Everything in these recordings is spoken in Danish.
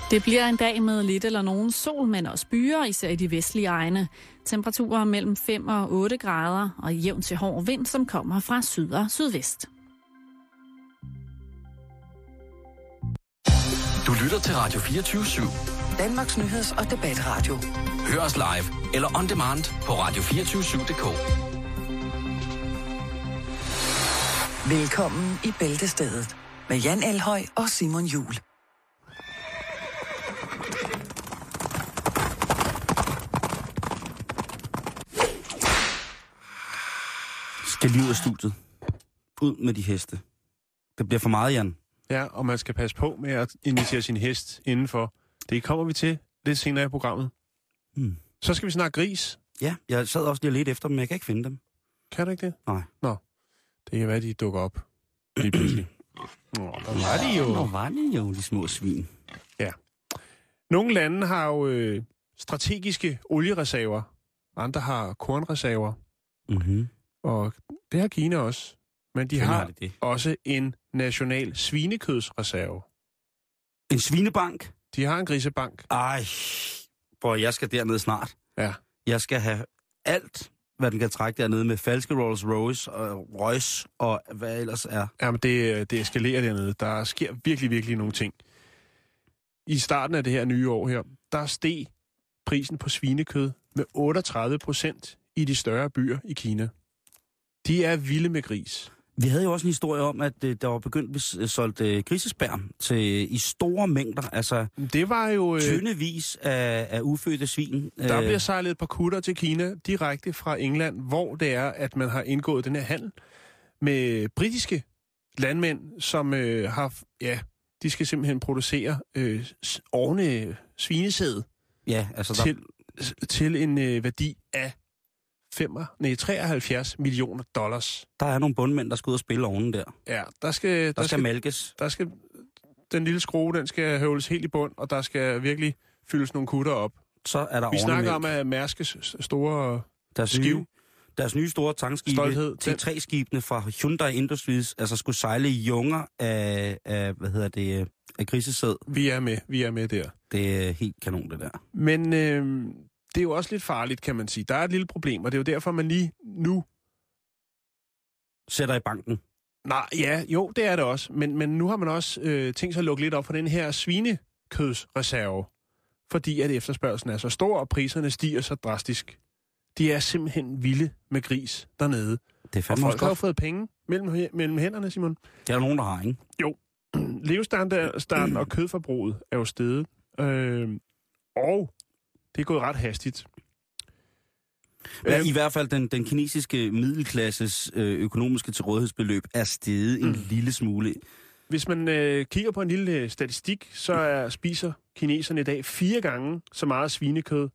Det bliver en dag med lidt eller nogen sol, men også byer, især i de vestlige egne. Temperaturer mellem 5 og 8 grader og jævn til hård vind, som kommer fra syd og sydvest. Du lytter til Radio 24/7. Danmarks nyheds- og debatradio. Hør os live eller on demand på radio247.dk. Velkommen i Bæltestedet med Jan Elhøj og Simon Juhl. Skal lige ud af studiet. Ud med de heste. Det bliver for meget, Jan. Ja, og man skal passe på med at invitere sin hest indenfor. Det kommer vi til lidt senere i programmet. Så skal vi snakke gris. Ja, jeg sad også lige lidt efter dem, men jeg kan ikke finde dem. Kan du ikke det? Nej. Nå, det kan være, de dukker op lige pludselig. Nå, der var de jo. Nå, var de jo, de små svin. Ja. Nogle lande har jo strategiske oliereserver. Andre har kornreserver. Mhm. Og det har Kina også. Men de har det. også en national svinekødsreserve. En svinebank? De har en grisebank. Ej, hvor jeg skal dernede snart. Ja. Jeg skal have alt, hvad den kan trække dernede med falske Rolls Royce og hvad ellers er. Jamen, det eskalerer dernede. Der sker virkelig, virkelig nogle ting. I starten af det her nye år her, der steg prisen på svinekød med 38% i de større byer i Kina. De er vilde med gris. Vi havde jo også en historie om, at der var begyndt at solgte grisespærm i store mængder, altså det var jo tyndevis af ufødte svin. Der bliver sejlet et par kutter til Kina direkte fra England, hvor det er, at man har indgået den her handel med britiske landmænd, som de skal simpelthen producere ordentlige svinesæd til en værdi af 73 millioner dollars. Der er nogle bundmænd, der skal ud og spille ovnen der. Ja, der skal malkes. Der skal, den lille skrue, den skal høvles helt i bund, og der skal virkelig fyldes nogle kutter op. Så er der vi snakker om, at Mærskes store skiv. Deres nye store tankskibe, T3-skibene fra Hyundai Industries, altså skulle sejle i junger af grisesæd. Vi er med der. Det er helt kanon, det der. Men det er jo også lidt farligt, kan man sige. Der er et lille problem, og det er jo derfor, man lige nu sætter i banken. Nej, ja, jo, det er det også. Men nu har man også tænkt sig at lukke lidt op for den her svinekødsreserve, fordi at efterspørgselen er så stor, og priserne stiger så drastisk. De er simpelthen vilde med gris dernede. Det er fandme og folk har jo fået penge mellem hænderne, Simon. Det er der nogen, der har, ikke? Jo. Levestandarden og kødforbruget er jo steget. Og det er gået ret hastigt. Ja, i hvert fald den kinesiske middelklasses økonomiske tilrådighedsbeløb er steget en lille smule. Hvis man kigger på en lille statistik, så spiser kineserne i dag 4 gange så meget svinekød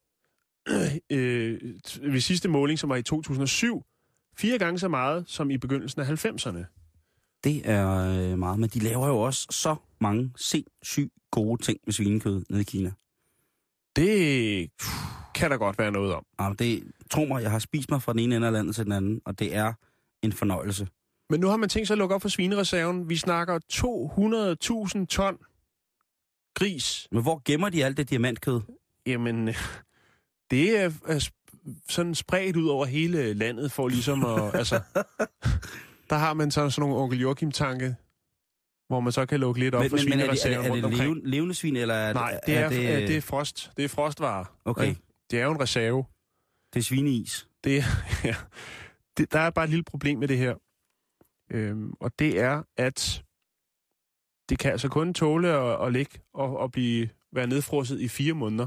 ved sidste måling, som var i 2007. 4 gange så meget som i begyndelsen af 90'erne. Det er meget, men de laver jo også så mange sindssygt gode ting med svinekød nede i Kina. Det kan der godt være noget om. Ja, tro mig, jeg har spist mig fra den ene ende af landet til den anden, og det er en fornøjelse. Men nu har man tænkt sig at lukke op for svinereserven. Vi snakker 200.000 ton gris. Men hvor gemmer de alt det diamantkød? Jamen, det er sådan spredt ud over hele landet for ligesom at... altså, der har man sådan nogle onkel Joachim-tanke, hvor man så kan lukke lidt op for svinereserven rundt omkring. Er det levende svin, eller er Nej, det er frost. Det er frostvarer. Okay. Ja. Det er jo en reserve. Det er svineis. Der er bare et lille problem med det her. Og det er, at det kan altså kun tåle at ligge og være nedfrosset i 4 måneder.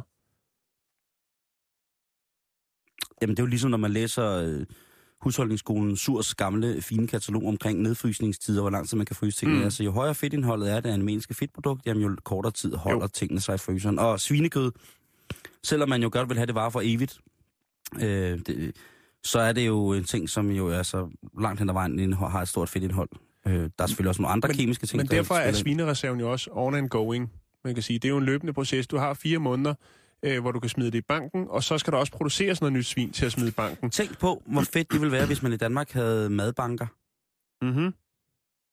Jamen, det er jo ligesom, når man læser husholdningsskolen Surs gamle fine katalog omkring nedfrysningstider, hvor lang tid man kan fryse tingene. Altså, jo højere fedtindholdet er det animalske fedtprodukt, jamen jo kortere tid holder tingene sig i fryseren. Og svinekød, selvom man jo godt vil have det varer for evigt, så er det jo en ting, som jo er så langt hen ad vejen har et stort fedtindhold. Der er selvfølgelig også nogle andre kemiske ting. Men derfor er svinereserven jo også on and going. Man kan sige, det er jo en løbende proces. Du har 4 måneder, hvor du kan smide det i banken, og så skal der også produceres noget nyt svin til at smide i banken. Tænk på, hvor fedt det ville være, hvis man i Danmark havde madbanker. Mhm.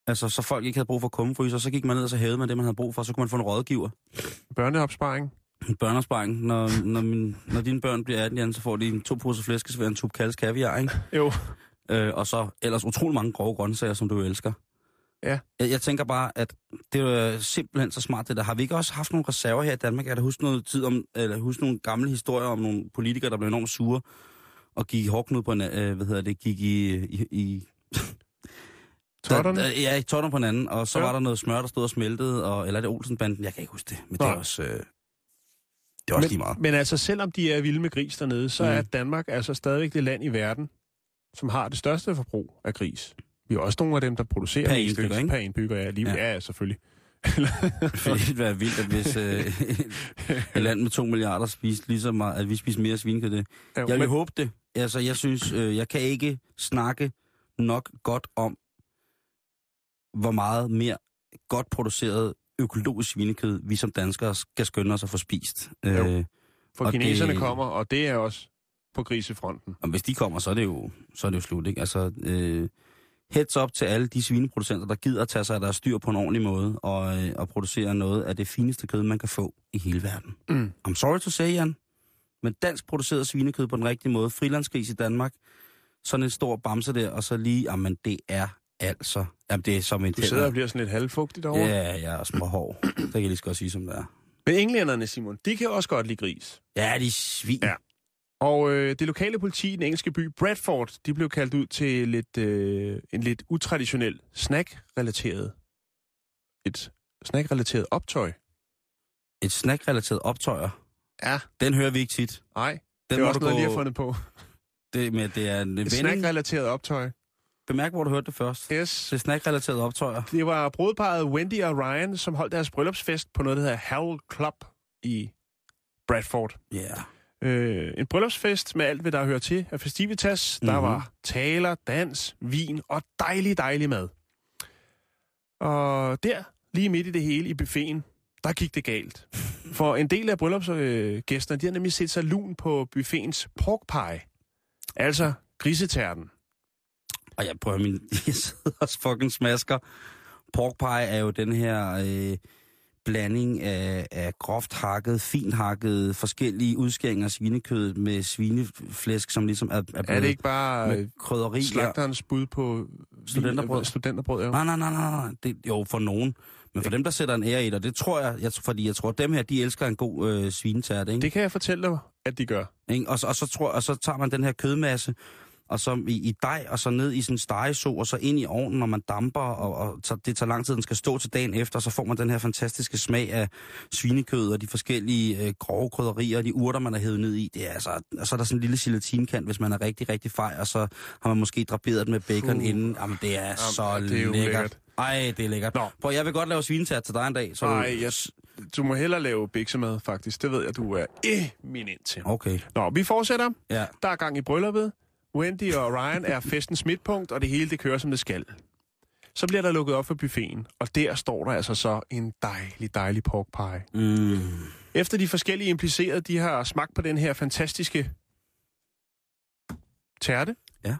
Altså, så folk ikke havde brug for kummefryser, så gik man ned og så hævede man det, man havde brug for, så kunne man få en rådgiver. Børneopsparing. En børneopsparing. Når dine børn bliver 18 år, så får de 2 poser flæskesvær, en tube kaldes kaviar, ikke? Jo. Og så ellers utrolig mange grove grøntsager, som du jo elsker. Ja. Jeg tænker bare, at det er simpelthen så smart det der. Har vi ikke også haft nogle reserver her i Danmark? Jeg kan da huske nogle gamle historier om nogle politikere, der blev enormt sure og gik i hårdknud på gik i totterne? Ja, i totterne på hinanden, og så var der noget smør, der stod og smeltede, eller er det Olsenbanden? Jeg kan ikke huske det, men det er også... Det er også lige meget. Men altså, selvom de er vilde med gris dernede, så er Danmark altså stadigvæk det land i verden, som har det største forbrug af gris. Vi er også nogle af dem, der producerer per indbygger, ikke? Per indbygger, ja, selvfølgelig. Det ville være vildt, at hvis et land med 2 milliarder spiste lige så meget, at vi spiser mere svinekød. Det. Jeg vil håbe det. Altså, jeg synes, jeg kan ikke snakke nok godt om, hvor meget mere godt produceret økologisk svinekød, vi som danskere skal skynde os at få spist. For kineserne kommer, og det er også på grisefronten. Og hvis de kommer, så er det jo slut, ikke? Altså, heads up til alle de svineproducenter, der gider at tage sig af deres dyr på en ordentlig måde, og producere noget af det fineste kød, man kan få i hele verden. I'm sorry to say, Jan, men dansk produceret svinekød på den rigtige måde, frilandsgris i Danmark, sådan en stor bamse der, og så lige, jamen det er altså... Jamen, det er som en... Du sidder og bliver sådan lidt halvfugtigt derovre. Ja, jeg er små hår. Det kan jeg lige så godt sige, som det er. Men englænderne, Simon, de kan også godt lide gris. Ja, de er svin. Ja. Og det lokale politi i den engelske by Bradford, de blev kaldt ud til en lidt utraditionel snack-relateret optøj. Et snack-relateret optøjer? Ja. Den hører vi ikke tit. Nej, det er også noget, lige har fundet på. Det er en et snack-relateret optøj. Bemærk, hvor du hørte det først. Yes. Det er snack-relateret optøjer. Det var brudeparret Wendy og Ryan, som holdt deres bryllupsfest på noget, der hedder Harrow Club i Bradford. Ja. Yeah. En bryllupsfest med alt, hvad der hører til af festivitas. Der var taler, dans, vin og dejlig mad. Og der, lige midt i det hele i buffeten, der gik det galt. For en del af bryllupsgæsterne, de har nemlig set sig lun på buffetens pork pie. Altså grisetærten. Og jeg prøver jeg sidder og fucking smasker. Pork pie er jo den her blanding af groft hakket, fint hakket, forskellige udskæringer af svinekød med svineflæsk, som ligesom er blevet... Er det ikke bare krydderier? Slagterens bud på studenterbrød, jo? Nej. Jo, for nogen. Men for dem, der sætter en ære i det, det tror jeg, fordi jeg tror, dem her, de elsker en god svinetært, ikke? Det kan jeg fortælle dig, at de gør. Og så tager man den her kødmasse, og så i dej, og så ned i sådan en stegeså, og så ind i ovnen, når man damper, og det tager lang tid, den skal stå til dagen efter, så får man den her fantastiske smag af svinekød, og de forskellige grove krydderier, og de urter, man har hævet ned i. Det er altså, og så er der sådan en lille gelatinkant, hvis man er rigtig fej, og så har man måske draperet den med bacon inden. Jamen, det er så det er lækkert. Ej, det er lækkert. Prøv, jeg vil godt lave svinetært til dig en dag. Du må hellere lave biksemad, faktisk. Det ved jeg, du er eminent til. Okay. Nå, vi fortsætter. Ja. Der er gang i brylluppet. Wendy og Ryan er festens midtpunkt, og det hele det kører, som det skal. Så bliver der lukket op for buffeten, og der står der altså så en dejlig pork pie. Efter de forskellige implicerede, de har smagt på den her fantastiske tærte. Ja.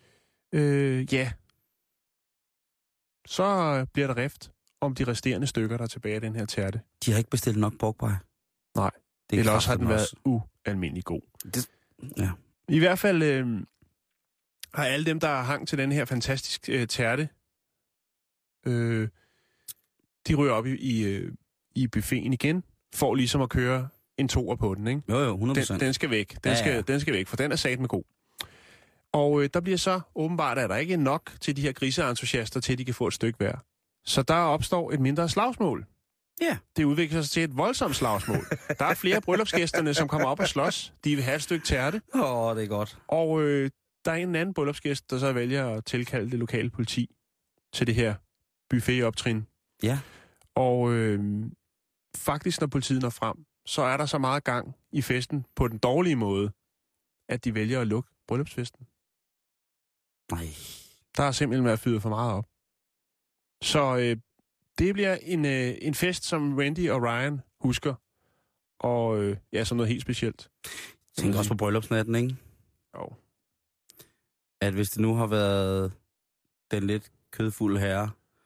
Så bliver der rift om de resterende stykker, der er tilbage af den her tærte. De har ikke bestilt nok pork pie. Nej, eller også har den været ualmindelig god. Ja. I hvert fald har alle dem, der har hang til den her fantastiske tærte, de ryger op i buffeten igen, for ligesom at køre en toer på den, ikke? Jo, 100%. Den skal væk. Den skal væk, for den er satme god. Og der bliver så åbenbart, at der ikke er nok til de her griseentusiaster, til at de kan få et stykke hver. Så der opstår et mindre slagsmål. Ja. Det udvikler sig til et voldsomt slagsmål. Der er flere bryllupsgæsterne, som kommer op og slås. De vil have et stykke tærte. Det er godt. Og der er en anden bryllupsgæst, der så vælger at tilkalde det lokale politi til det her buffetoptrin. Ja. Og faktisk, når politiet når frem, så er der så meget gang i festen på den dårlige måde, at de vælger at lukke bryllupsfesten. Nej. Der er simpelthen været fyret for meget op. Så det bliver en fest, som Wendy og Ryan husker. Og som noget helt specielt. Tænk også på bryllupsnatten, ikke? Jo. At hvis det nu har været den lidt kødfulde herre,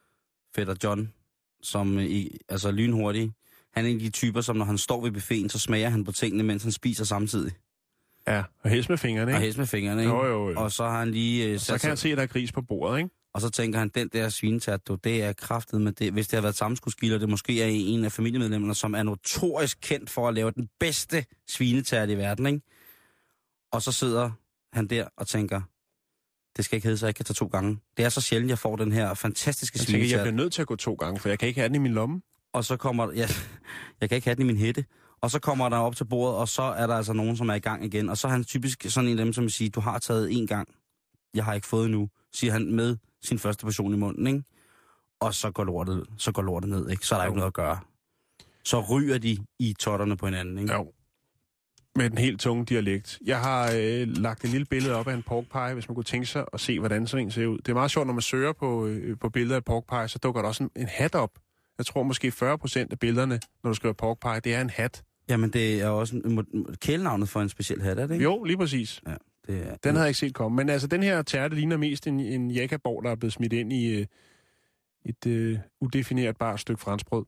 fætter John, som altså lynhurtig. Han er en af de typer, som når han står ved buffeten, så smager han på tingene, mens han spiser samtidig. Ja, og helst med fingrene, ikke? Og helst med fingrene, ikke? Jo. Og så har han lige... så kan han se, at der er gris på bordet, ikke? Og så tænker han, den der svinetært, det er kraftet med det. Hvis det har været sammenskudsgilder, det måske er en af familiemedlemmerne, som er notorisk kendt for at lave den bedste svinetært i verden, ikke? Og så sidder han der og tænker, det skal ikke hedde, så jeg kan tage 2 gange. Det er så sjældent, jeg får den her fantastiske svinetært. Jeg bliver nødt til at gå 2 gange, for jeg kan ikke have den i min lomme. Og så kommer... Ja, jeg kan ikke have den i min hætte. Og så kommer der op til bordet, og så er der altså nogen, som er i gang igen. Og så er han typisk sådan en af dem, som vil sige, du har taget 1 gang. Jeg har ikke fået endnu, siger han med sin første portion i munden, ikke? Og så går lortet ned, ikke? Så er der jo ikke noget at gøre. Så ryger de i totterne på hinanden, ikke? Jo. Med den helt tunge dialekt. Jeg har lagt et lille billede op af en pork pie, hvis man kunne tænke sig at se, hvordan sådan en ser ud. Det er meget sjovt, når man søger på billeder af pork pie, så dukker der også en hat op. Jeg tror måske 40% af billederne, når du skriver pork pie, det er en hat. Jamen, det er også kælenavnet for en speciel hat, er det ikke? Jo, lige præcis. Ja, det er, den havde jeg ikke set komme. Men altså, den her tærte ligner mest en jakaborg, der er blevet smidt ind i et udefinerbart stykke franskbrød.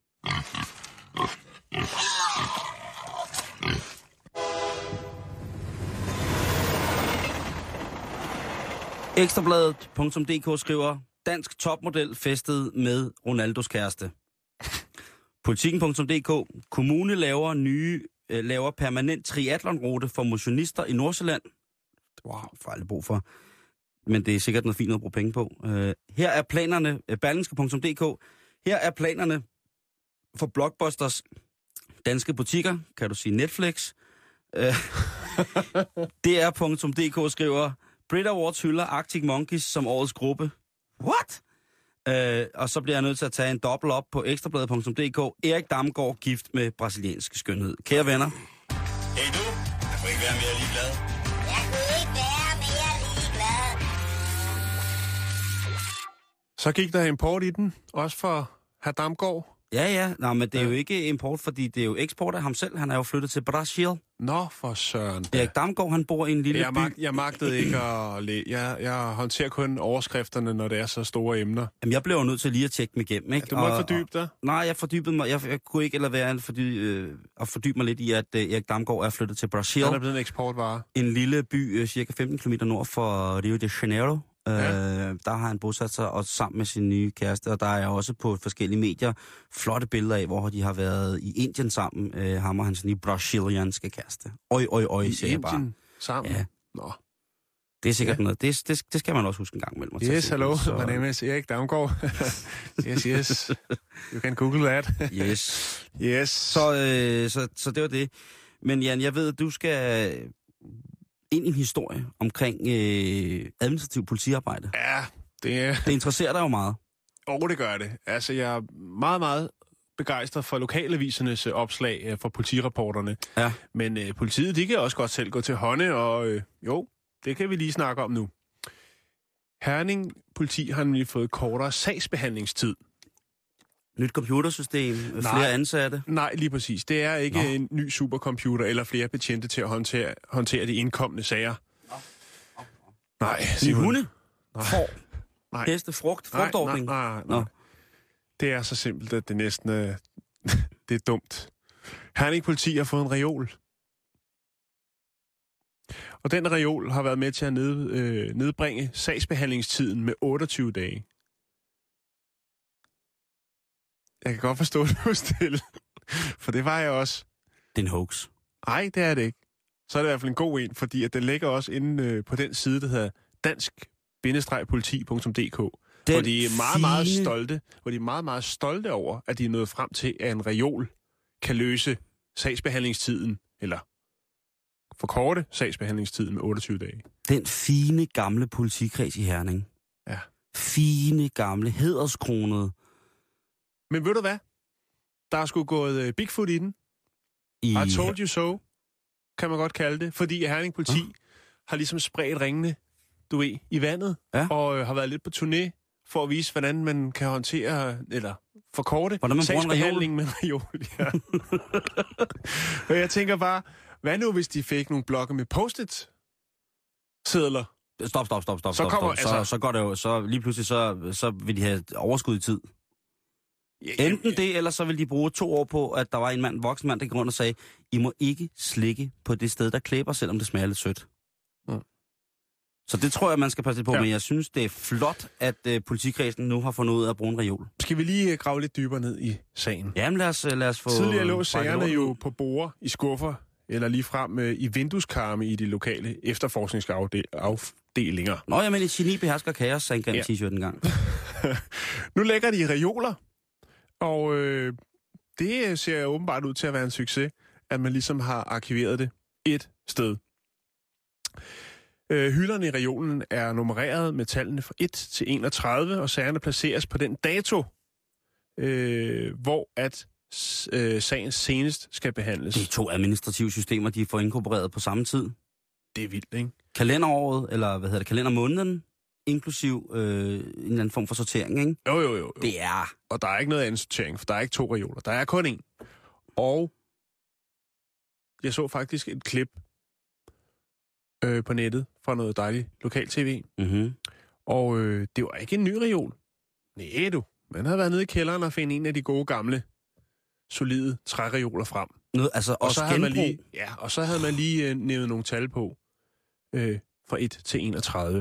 Ekstrabladet.dk skriver, dansk topmodel festet med Ronaldos kæreste. Politiken.dk, kommune laver permanent triathlonrute for motionister i Nordsjælland. Wow, for aldrig brug for. Men det er sikkert noget fint at bruge penge på. Her er planerne, Berlingske.dk, her er planerne for Blockbusters danske butikker, kan du sige Netflix. DR.dk skriver, Brit Awards hylder Arctic Monkeys som årets gruppe. What? Og så bliver jeg nødt til at tage en dobbelt op på ekstrabladet.dk. Erik Damgaard gift med brasiliansk skønhed. Kære venner. Hey du, jeg kunne ikke være mere ligeglad. Jeg kunne ikke være mere ligeglad. Så gik der import i den, også for hr. Damgaard. Ja. Nå, men det er jo ikke import, fordi det er jo eksport af ham selv. Han er jo flyttet til Brasil. Nå, for søren. Erik Damgaard, han bor i en lille by. Jeg magtede ikke at jeg håndterer kun overskrifterne, når det er så store emner. Jamen, jeg blev jo nødt til lige at tjekke dem igennem, ikke? Du må ikke fordybe dig. Nej, jeg fordybede mig. Jeg kunne ikke lade være at fordybe mig lidt i, at Erik Damgaard er flyttet til Brasil. Han er blevet en eksportvare. En lille by, cirka 15 km nord for Rio de Janeiro. Ja. Der har han bosat sig og sammen med sin nye kæreste, og der er også på forskellige medier flotte billeder af, hvor de har været i Indien sammen, ham og hans nye brasilianske kæreste. Oj, siger jeg bare. Indien sammen? Ja. Nå. Det er sikkert noget. Det skal man også huske en gang imellem. Yes, hello. My name is Erik Damgaard. Yes. You can google that. Yes. Så det var det. Men Jan, jeg ved, at du skal ind i en historie omkring administrativ politiarbejde. Ja, det interesserer dig jo meget. Det gør det. Altså, jeg er meget, meget begejstret for lokalavisernes opslag fra politirapporterne. Ja. Men politiet, de kan også godt selv gå til hånde, og det kan vi lige snakke om nu. Herning politi har nemlig fået kortere sagsbehandlingstid. Nyt computersystem, flere ansatte? Nej, lige præcis. Det er ikke en ny supercomputer eller flere betjente til at håndtere de indkommende sager. Nej, Simon. Hunde? Nej. Heste, frugtordning? Nej. Det er så simpelt, at det næsten det er dumt. Herning politi har fået en reol. Og den reol har været med til at nedbringe sagsbehandlingstiden med 28 dage. Jeg kan godt forstå, at du er stille. For det var jeg også. Det er en hoax. Nej, det er det ikke. Så er det i hvert fald en god en, fordi at den ligger også inde på den side, der hedder dansk-politi.dk. Hvor de er meget, meget stolte over, at de er nået frem til, at en reol kan løse sagsbehandlingstiden, eller forkorte sagsbehandlingstiden med 28 dage. Den fine, gamle politikreds i Herning. Ja. Fine, gamle, hæderskronede. Men ved du hvad? Der er sgu gået Bigfoot i den. I told you so, kan man godt kalde det. Fordi Herning politi har ligesom spredt ringene, du ved, i vandet. Ja. Og har været lidt på turné for at vise, hvordan man kan håndtere, eller forkorte sagsbehandling med reol. Ja. Og jeg tænker bare, hvad nu hvis de fik nogle blokke med post-it sedler Stop. Så går det jo, så lige pludselig, så vil de have overskud i tid. Enten det, eller så vil de bruge 2 år på, at der var en voksen mand, der gik rundt og sagde, I må ikke slikke på det sted, der klæber, selvom det smager lidt sødt. Mm. Så det tror jeg, man skal passe lidt på, men jeg synes, det er flot, at politikredsen nu har fundet ud af at bruge en reol. Skal vi lige grave lidt dybere ned i sagen? Jamen lad os få... Tidligere lå sagerne jo på borde, i skuffer, eller lige frem i vindueskarme i de lokale efterforskningsafdelinger. Nå, jeg mener, et geni behersker kaos, sagde en grim t-shirt engang. Nu lægger de i reoler, og det ser åbenbart ud til at være en succes, at man ligesom har arkiveret det et sted. Hylderne i reolen er nummereret med tallene fra 1 til 31, og sagerne placeres på den dato, hvor at sagen senest skal behandles. Det er 2 administrative systemer, de får inkorporeret på samme tid. Det er vildt, ikke? Kalenderåret, eller kalendermåneden, inklusiv en eller anden form for sortering, ikke? Jo. Det er... Og der er ikke noget andet sortering, for der er ikke 2 reoler. Der er kun 1. Og jeg så faktisk et klip på nettet fra noget dejligt lokal-tv. Mm-hmm. Og det var ikke en ny reol. Næh du. Man havde været nede i kælderen og finde en af de gode gamle, solide træreoler frem. Noget, altså og så havde man lige nævnt nogle tal på fra 1 til 31.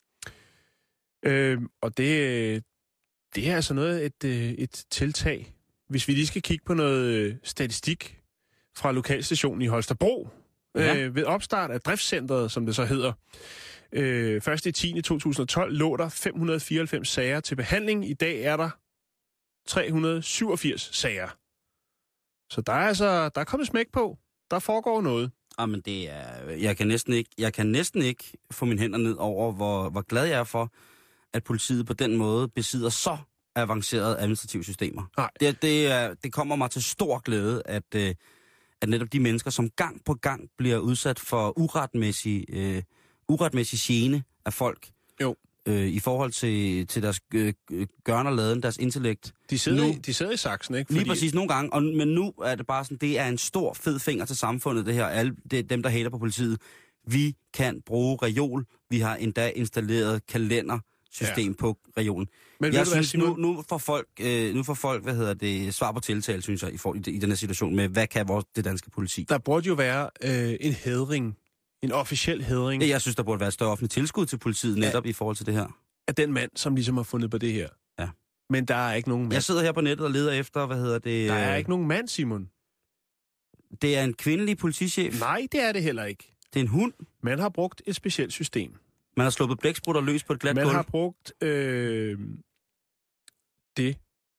Og det er altså noget et tiltag. Hvis vi lige skal kigge på noget statistik fra lokalstationen i Holstebro, ved opstart af driftscentret, som det så hedder, 1.10.2012 lå der 594 sager til behandling. I dag er der 387 sager. Så der er kommet smæk på. Der foregår noget. Jamen det er... Jeg kan næsten ikke få mine hænder ned over, hvor glad jeg er for, at politiet på den måde besidder så avancerede administrative systemer. Nej. Det kommer mig til stor glæde, at netop de mennesker, som gang på gang bliver udsat for uretmæssig gene af folk, i forhold til deres gørn og laden, deres intellekt. De sidder i saksen, ikke? Lige præcis nogle gange, men nu er det bare sådan, det er en stor fed finger til samfundet, det her. Dem, der hater på politiet. Vi kan bruge reol. Vi har endda installeret kalendersystem på reolen. Men jeg synes, nu får folk, svar på tiltale, synes jeg, i den her situation med, hvad kan det danske politi? Der burde jo være en hædring. En officiel hædring. Jeg synes, der burde være et større offentligt tilskud til politiet netop i forhold til det her. Af den mand, som ligesom har fundet på det her. Ja. Men der er ikke nogen mand. Jeg sidder her på nettet og leder efter, Der er ikke nogen mand, Simon. Det er en kvindelig politichef. Nej, det er det heller ikke. Det er en hund. Man har brugt et specielt system. Man har sluppet blæksprutter løs på et glat gulv. Man har brugt det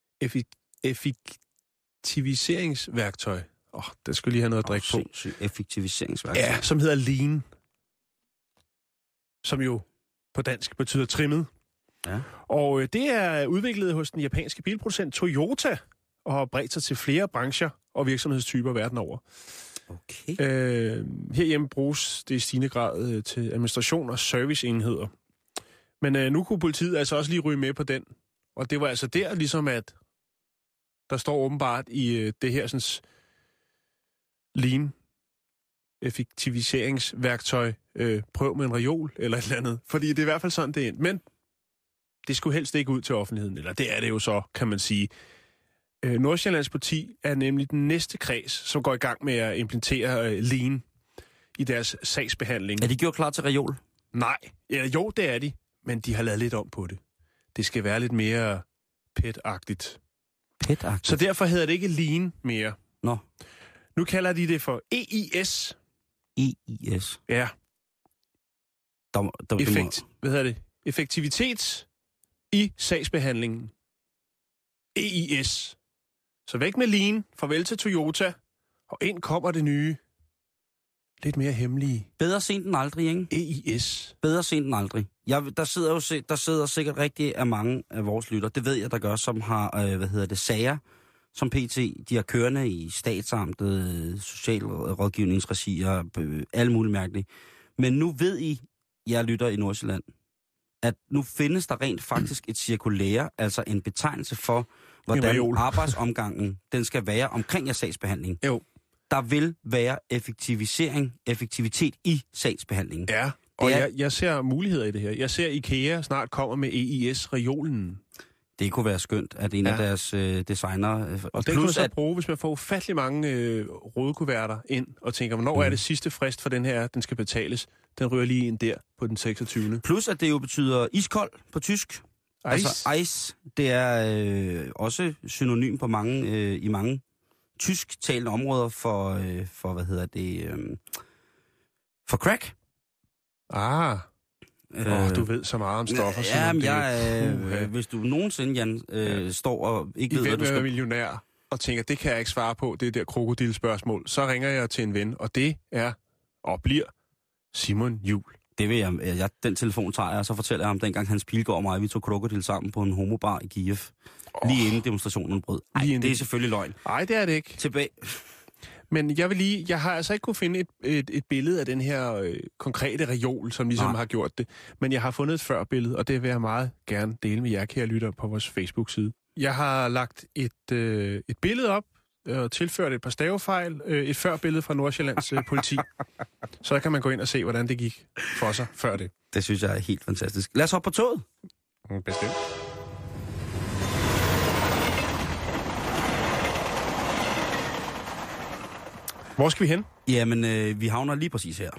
effektiviseringsværktøj. Det skulle lige have noget at drikke på. Effektiviseringsværktøj. Ja, som hedder Lean. Som jo på dansk betyder trimmet. Ja. Og det er udviklet hos den japanske bilproducent Toyota, og har bredt sig til flere brancher og virksomhedstyper verden over. Okay. Herhjemme bruges det i stigende grad til administration og serviceenheder. Men nu kunne politiet altså også lige ryge med på den. Og det var altså der ligesom, at der står åbenbart i det her sådan Lean effektiviseringsværktøj, prøv med en reol eller et eller andet. Fordi det er i hvert fald sådan, det er. Men det skulle helst ikke ud til offentligheden. Eller det er det jo så, kan man sige. Nordsjællands politi er nemlig den næste kreds, som går i gang med at implementere Lean i deres sagsbehandling. Er de gjort klar til reol? Nej. Jo, det er de. Men de har lavet lidt om på det. Det skal være lidt mere pet-agtigt. Pet-agtigt? Så derfor hedder det ikke Lean mere. Nå. Nu kalder de det for EIS. EIS? Ja. Hvad hedder det? Effektivitet i sagsbehandlingen. EIS. Så væk med Lean, farvel til Toyota, og ind kommer det nye. Lidt mere hemmelige. Bedre sent end aldrig, ikke? EIS. Bedre sent end aldrig. Der sidder sikkert rigtig af mange af vores lytter, det ved jeg, der gør, som har, sager, som PT, de har kørende i statsamtet, socialrådgivningsregi og alle mulige mærkelige. Men nu ved I, jeg lytter i Nordsjælland, at nu findes der rent faktisk et cirkulære, altså en betegnelse for, hvordan arbejdsomgangen den skal være omkring jeres sagsbehandling. Jo. Der vil være effektivitet i sagsbehandlingen. Ja. Og jeg ser muligheder i det her. Jeg ser IKEA snart kommer med EIS-reolen. Det kunne være skønt, at en af deres designere... Og det kan man så bruge, hvis man får ufattelig mange rådekuverter ind, og tænker, hvornår er det sidste frist for den her, den skal betales. Den ryger lige ind der på den 26. Plus, at det jo betyder iskold på tysk. Ice. Altså ice, det er også synonym på i mange tysktalende områder for for crack. Du ved så meget om stoffer. Hvis du nogensinde, Jan, står og ikke ved, hvad du skal... være millionær og tænker, det kan jeg ikke svare på, det der krokodilspørgsmål, så ringer jeg til en ven, og det er og bliver Simon Juhl. Det vil jeg. Den telefon tager jeg, og så fortæller jeg om dengang Hans Pilgaard og mig, vi tog krokodil sammen på en homobar i Kiev. Lige inden demonstrationen brød. Det er selvfølgelig løgn. Nej, det er det ikke. Tilbage... Men jeg har altså ikke kunne finde et billede af den her konkrete reol, som ligesom har gjort det. Men jeg har fundet et førbillede, og det vil jeg meget gerne dele med jer, kære lytter, på vores Facebook-side. Jeg har lagt et billede op og tilført et par stavefejl. Et førbillede fra Nordsjællands politi. Så kan man gå ind og se, hvordan det gik for sig før det. Det synes jeg er helt fantastisk. Lad os hoppe på toget. Bestemt. Hvor skal vi hen? Jamen, vi havner lige præcis her.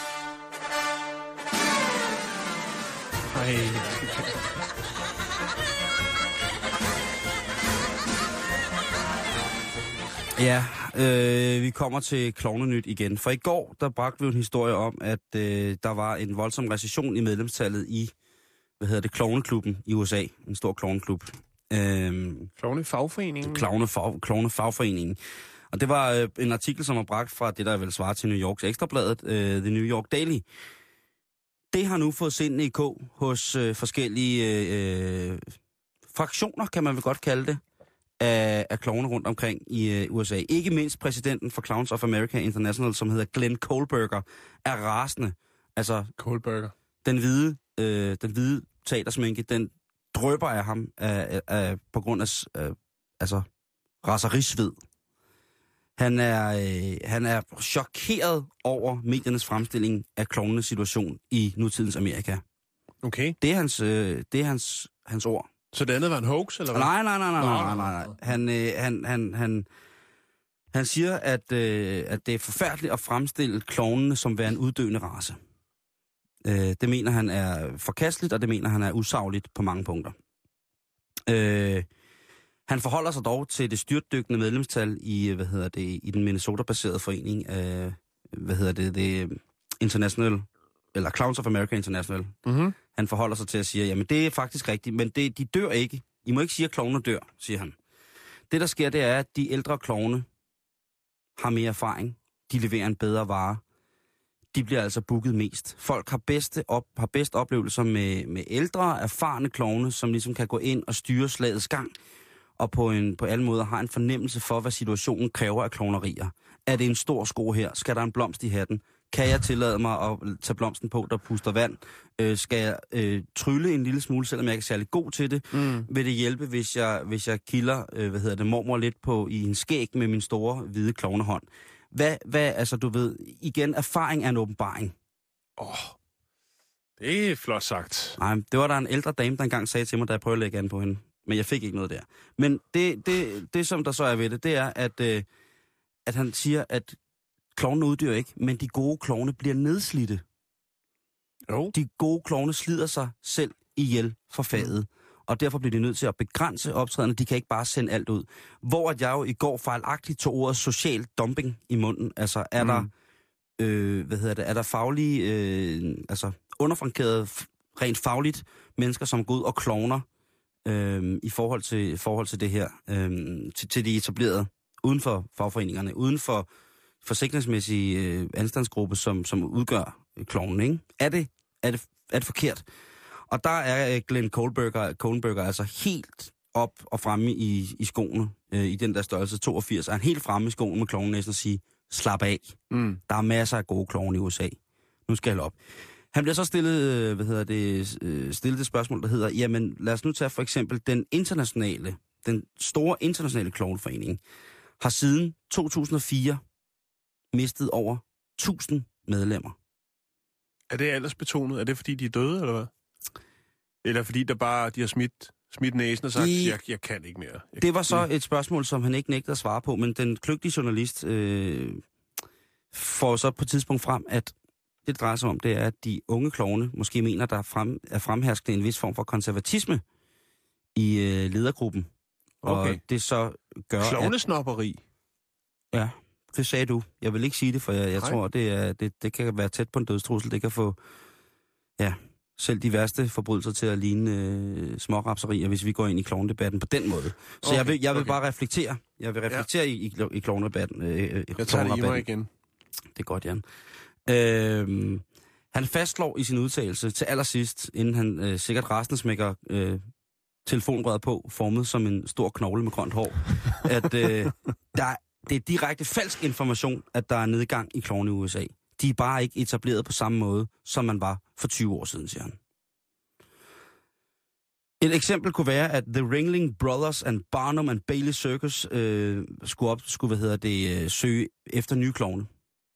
Ja, vi kommer til Klovnenyt igen. For i går, der bragte vi en historie om, at der var en voldsom recession i medlemstallet i, Klovneklubben i USA. En stor klovneklub. Klovnefagforeningen? Klovnefagforeningen. Og det var en artikel, som var bragt fra det, der vel svarer til New Yorks Ekstrabladet, The New York Daily. Det har nu fået sindene i kog hos forskellige fraktioner, kan man vel godt kalde det, af klovne rundt omkring i USA. Ikke mindst præsidenten for Clowns of America International, som hedder Glenn Kohlberger, er rasende. Altså, Kohlberger. Den hvide teatersminke, den drøber af ham på grund af raserisved. Han er chokeret over mediernes fremstilling af klovnenes situation i nutidens Amerika. Okay. Det er hans ord. Så det andet var en hoax, eller hvad? Nej. Han siger, at det er forfærdeligt at fremstille klovnene som være en uddøende race. Det mener han er forkasteligt, og det mener han er usagligt på mange punkter. Han forholder sig dog til det styrtdykkende medlemstal i i den Minnesota-baserede forening det International eller Clowns of America International. Mm-hmm. Han forholder sig til at sige, jamen det er faktisk rigtigt, men de dør ikke. I må ikke sige, at klovne dør, siger han. Det der sker, det er, at de ældre klovne har mere erfaring. De leverer en bedre vare. De bliver altså booket mest. Folk har bedst oplevelser med ældre, erfarne klovne, som ligesom kan gå ind og styre slagets gang, og på alle måder har en fornemmelse for, hvad situationen kræver af klovnerier. Er det en stor sko her? Skal der en blomst i hatten? Kan jeg tillade mig at tage blomsten på, der puster vand? Skal jeg trylle en lille smule, selvom jeg ikke er særlig god til det? Vil det hjælpe, hvis jeg kilder, mormor lidt i en skæg med min store, hvide klovnehånd? Altså du ved, igen, erfaring er en åbenbaring. Det er flot sagt. Nej, det var der en ældre dame, der engang sagde til mig, da jeg prøvede at lægge an på hende. Men jeg fik ikke noget der. Men det som der så er ved det er, at han siger, at klovne uddør ikke, men de gode klovne bliver nedslidte. Jo. De gode klovne slider sig selv ihjel for faget, og derfor bliver de nødt til at begrænse optræderne. De kan ikke bare sende alt ud. Hvor at jeg jo i går fejlagtigt tog ordet social dumping i munden. Altså er der faglige, underfrankerede, rent fagligt mennesker, som går ud og klovner i forhold til det her, til de etablerede, uden for fagforeningerne, uden for forsikringsmæssige anstandsgruppe, som udgør klovnen, ikke? Er det forkert? Og der er Glenn Kohlberger altså helt op og fremme i skoene, i den der størrelse 82, er han helt fremme i skoene med klovnenæsen og siger, slap af. Der er masser af gode klovne i USA. Nu skal jeg op. Han bliver så stillet det spørgsmål, der hedder, jamen lad os nu tage for eksempel den store internationale klovneforening, har siden 2004 mistet over 1000 medlemmer. Er det aldersbetonet? Er det, fordi de er døde, eller hvad? Eller fordi de har smidt næsen og sagt, jeg kan ikke mere? Det var så et spørgsmål, som han ikke nægtede at svare på, men den kløgtige journalist får så på et tidspunkt frem, at det drejer sig om, det er, at de unge klovne måske mener, der er fremherskende en vis form for konservatisme i ledergruppen. Okay. Og det så gør, klovnesnopperi? Ja, det sagde du. Jeg vil ikke sige det, for jeg tror, det kan være tæt på en dødstrussel. Det kan få selv de værste forbrydelser til at ligne smårapserier, hvis vi går ind i klovnedebatten på den måde. Så jeg vil bare reflektere. Jeg vil reflektere i klovnedebatten. Jeg tager det i mig igen. Det er godt, Jan. Han fastslår i sin udtalelse til allersidst, inden han sikkert resten smækker telefonrøret på, formet som en stor knogle med grønt hår, at det er direkte falsk information, at der er nedgang i klovne i USA. De er bare ikke etableret på samme måde, som man var for 20 år siden, siger han. Et eksempel kunne være, at The Ringling Brothers and Barnum and Bailey Circus skulle søge efter nye klovne.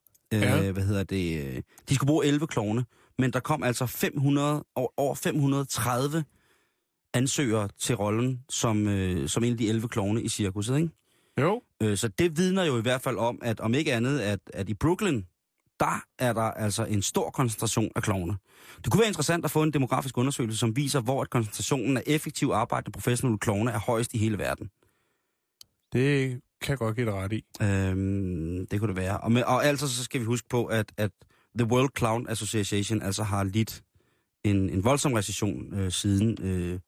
De skulle bruge 11 klovne, men der kom altså over 530 ansøgere til rollen som en af de 11 klovne i cirkuset, ikke? Jo. Så det vidner jo i hvert fald om, at om ikke andet, at i Brooklyn, der er der altså en stor koncentration af klovne. Det kunne være interessant at få en demografisk undersøgelse, som viser, hvor at koncentrationen af effektivt arbejdende professionelle klovne er højest i hele verden. Det kan jeg godt give dig ret i. Det kunne det være. Og altså så skal vi huske på, at The World Clown Association altså har lidt en voldsom recession siden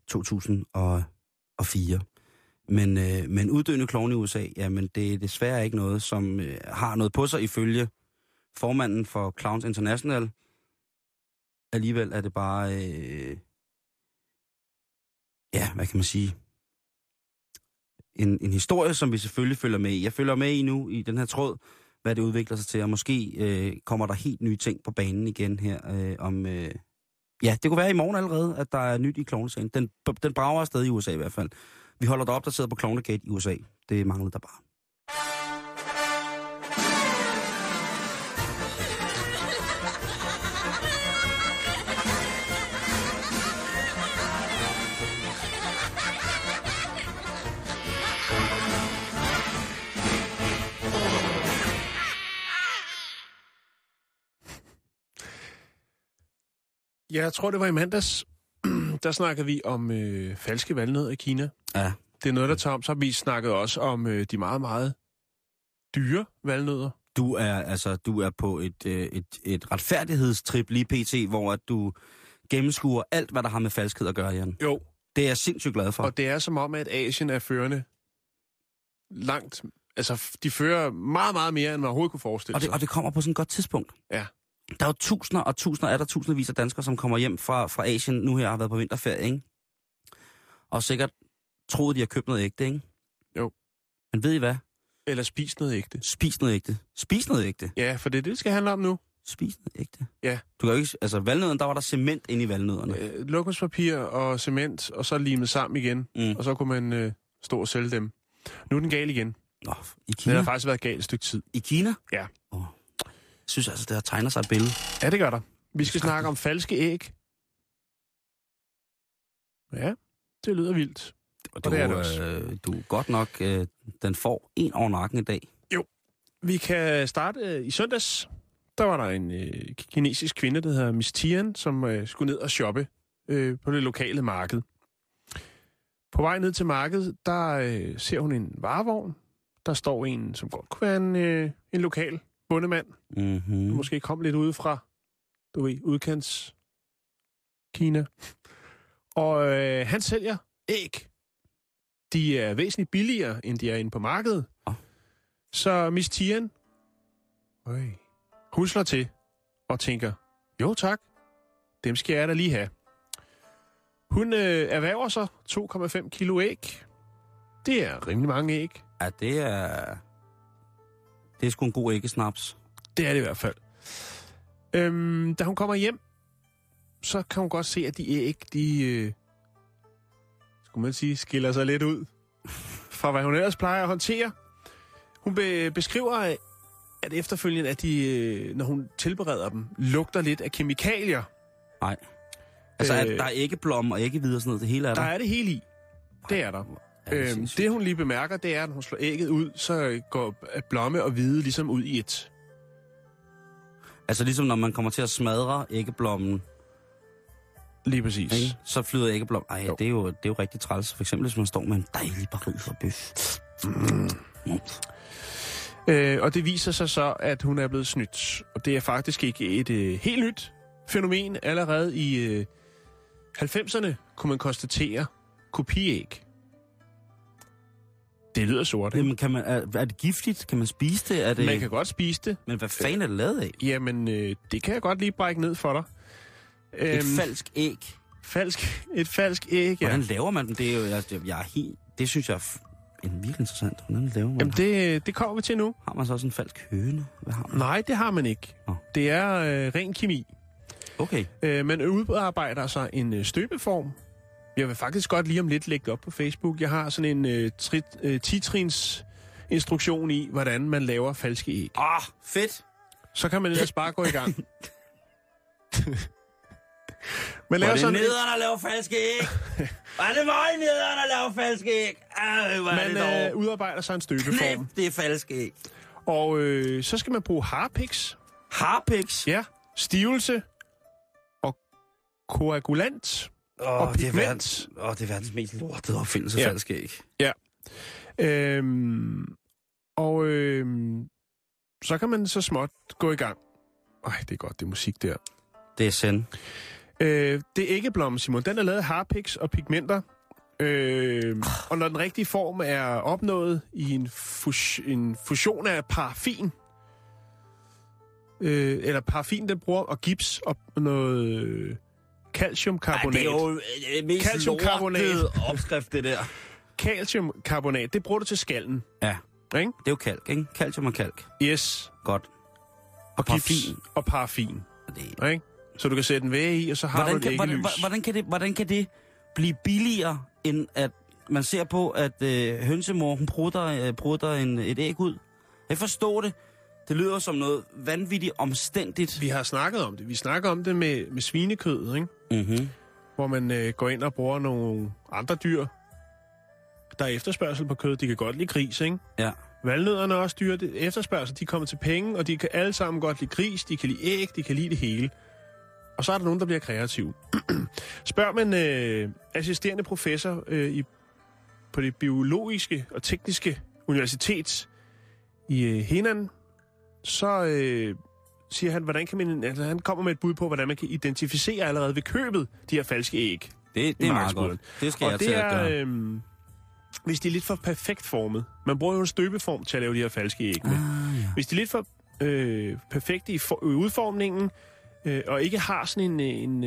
2004. Men uddøende klovne i USA, jamen det er desværre ikke noget, som har noget på sig ifølge formanden for Clowns International. Alligevel er det bare, hvad kan man sige, en historie, som vi selvfølgelig følger med i. Jeg følger med i nu i den her tråd, hvad det udvikler sig til, og måske kommer der helt nye ting på banen igen her det kunne være i morgen allerede, at der er nyt i klovnesagen. Den brager afsted i USA i hvert fald. Vi holder dig opdateret på Klovnegate i USA. Det manglede der bare. Jeg tror, det var i mandags, der snakkede vi om falske valnødder i Kina. Ja. Det er noget, der tager om. Så har vi snakket også om de meget, meget dyre valnødder. Du er på et retfærdighedstrip lige pt., hvor at du gennemskuer alt, hvad der har med falskhed at gøre, Jan. Jo. Det er jeg sindssygt glad for. Og det er som om, at Asien er førende langt. Altså, de fører meget, meget mere, end man overhovedet kunne forestille sig. Og det kommer på sådan et godt tidspunkt. Ja. Der er jo tusindvis af danskere, som kommer hjem fra Asien nu her og har været på vinterferie, ikke? Og sikkert troede, de har købt noget ægte, ikke? Jo. Men ved I hvad? Eller spis noget ægte. Spis noget ægte. Ja, for det skal handle om nu. Spis noget ægte. Ja. Du kan jo ikke, altså valnødderne, der var der cement inde i valnødderne. Lokumspapir og cement, og så limet sammen igen. Og så kunne man stå og sælge dem. Nu er den gal igen. Nå, i Kina? Den har faktisk været gal et stykke tid. I Kina? Ja. Jeg synes altså, der tegner sig et billede. Ja, det gør der. Vi skal snakke om falske æg. Ja, det lyder vildt. Og det er det også. Du er godt nok, den får en over nakken i dag. Jo. Vi kan starte i søndags. Der var der en kinesisk kvinde, der hedder Miss Tian, som skulle ned og shoppe på det lokale marked. På vej ned til markedet, der ser hun en varevogn. Der står en, som godt kunne være en lokal bondemand. Mm-hmm. Måske kom lidt ude fra, udkants Kina. Og han sælger æg. De er væsentligt billigere, end de er inde på markedet. Så Miss Tian, hun slår til og tænker, jo tak, dem skal jeg da lige have. Hun erhverver sig 2,5 kilo æg. Det er rimelig mange æg. Ja, det er sgu en god æggesnaps. Det er det i hvert fald. Da hun kommer hjem, så kan hun godt se, at de æg, skulle man sige, skiller sig lidt ud fra, hvad hun ellers plejer at håndtere. Hun beskriver at efterfølgende, at de, når hun tilbereder dem, lugter lidt af kemikalier. Nej. Altså, at der er æggeblomme og æggehvide og sådan noget, det hele er der? Der er det hele i. Det er der. Det hun lige bemærker, det er, at når hun slår ægget ud, så går blomme og hvide ligesom ud i et. Altså ligesom når man kommer til at smadre æggeblommen. Lige præcis. Ikke? Så flyder æggeblom. Ej, det er jo rigtig træls. For eksempel hvis man står med en dejlig bøf. Og det viser sig så, at hun er blevet snydt. Og det er faktisk ikke et helt nyt fænomen. Allerede i 90'erne kunne man konstatere kopiæg. Det lyder sort, ikke? Jamen, er det giftigt? Kan man spise det? Man kan godt spise det. Men hvad fanden er det lavet af? Jamen, det kan jeg godt lige brække ned for dig. Et falsk æg? Et falsk æg, ja. Hvordan laver man den? Det er jo, det synes jeg er virkelig interessant. Hvordan laver man det kommer vi til nu. Har man så også en falsk høne? Hvad har man? Nej, det har man ikke. Det er ren kemi. Okay. Man udarbejder sig en støbeform. Jeg vil faktisk godt lige om lidt lægge det op på Facebook. Jeg har sådan en 10-trins instruktion i, hvordan man laver falske æg. Fedt. Så kan man ellers bare gå i gang. Man laver sådan nederen at lave falske æg. Var det meget nederen at lave falske æg? Man udarbejder sig en støbeform. Det er falske æg. Og så skal man bruge harpiks. Harpiks? Ja. Stivelse og koagulant. Og pigment. Det er verdens mest lortede opfindelse, falske æg. Ja. Så kan man så småt gå i gang. Det er godt, det er musik der. Det er send. Det er æggeblomme, Simon. Den er lavet af harpiks og pigmenter. Og når den rigtige form er opnået i en fusion af paraffin, eller paraffin, den bruger, og gips og noget calciumkarbonat. Det er jo mest lortet opskrift, det der. Calciumkarbonat, det bruger du til skallen. Ja. Ikke? Det er jo kalk, ikke? Calcium og kalk. Yes. Godt. Og paraffin. Og paraffin. Ikke? Så du kan sætte en væge i, og så har du et æggelys. Hvordan kan det blive billigere, end at man ser på, at hønsemor, hun prutter et æg ud? Jeg forstår det. Det lyder som noget vanvittigt omstændigt. Vi har snakket om det. Vi snakker om det med svinekød, ikke? Mm-hmm. Hvor man går ind og bruger nogle andre dyr. Der er efterspørgsel på kød. De kan godt lide gris, ikke? Ja. Valnødderne er også dyr. Efterspørgsel, de kommer til penge, og de kan alle sammen godt lide gris, de kan lide æg, de kan lide det hele. Og så er der nogen, der bliver kreative. Spørg man assisterende professor på det biologiske og tekniske universitet i Henan, så siger han, hvordan kan man, altså han kommer med et bud på, hvordan man kan identificere allerede ved købet de her falske æg. Det er meget godt. Det skal jeg til at gøre. Hvis de er lidt for perfekt formet. Man bruger jo en støbeform til at lave de her falske æg med. Ja. Hvis de er lidt for perfekte i udformningen, og ikke har sådan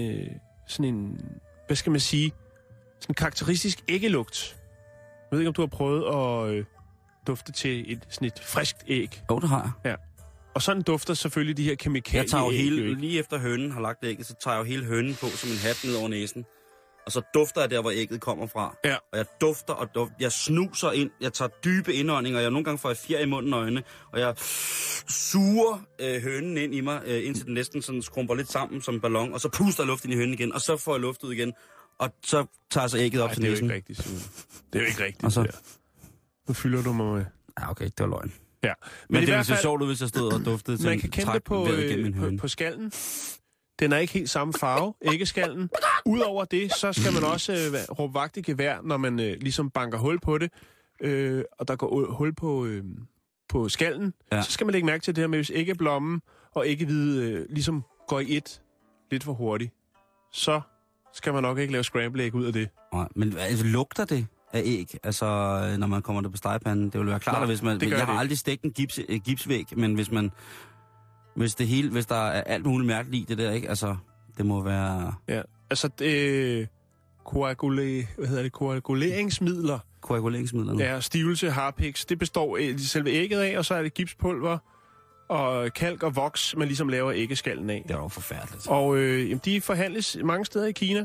en hvad skal man sige, sådan en karakteristisk æggelugt. Jeg ved ikke, om du har prøvet at dufte til sådan et friskt æg. Jo, det har jeg. Ja. Og sådan dufter selvfølgelig de her kemikalier. Jeg tager jo lige efter hønen har lagt ægget, så tager jeg jo hele hønen på som en hat ned over næsen. Og så dufter jeg der, hvor ægget kommer fra. Ja. Og jeg dufter og dufter. Jeg snuser ind. Jeg tager dybe indåndinger. Og nogle gange får jeg fjer i munden og øjne. Og jeg suger hønen ind i mig, indtil den næsten sådan skrumper lidt sammen som en ballon. Og så puster jeg luft ind i hønen igen. Og så får jeg luft ud igen. Og så tager jeg så ægget op til næsen. Det er jo ikke rigtigt, Simon. Det er jo ikke rigtigt. Og så... Nu fylder du mig med... Ja, okay. Det var løgn. Ja. Men det ville se sjovt ud, hvis jeg stod og duftede til man kan kende det på skallen. Den er ikke helt samme farve, æggeskallen. Udover det, så skal man også råbe vagt i gevær, når man ligesom banker hul på det, og der går hul på skallen. Ja. Så skal man lægge mærke til det her med, hvis æggeblommen og æggehvide ligesom går i et lidt for hurtigt, så skal man nok ikke lave scramble æg ud af det. Nej, men altså, lugter det af æg, altså når man kommer der på stegepanden? Det vil være klart, at hvis man... Jeg har aldrig stegt en gipsvæg, men hvis der er alt muligt mærkeligt i det der, ikke? Altså, det må være... Ja, altså koaguleringsmidler. Koaguleringsmidler. Ja, stivelse, harpiks, det består selve ægget af, og så er det gipspulver og kalk og voks, man ligesom laver æggeskallen af. Det er jo forfærdeligt. Og de forhandles mange steder i Kina.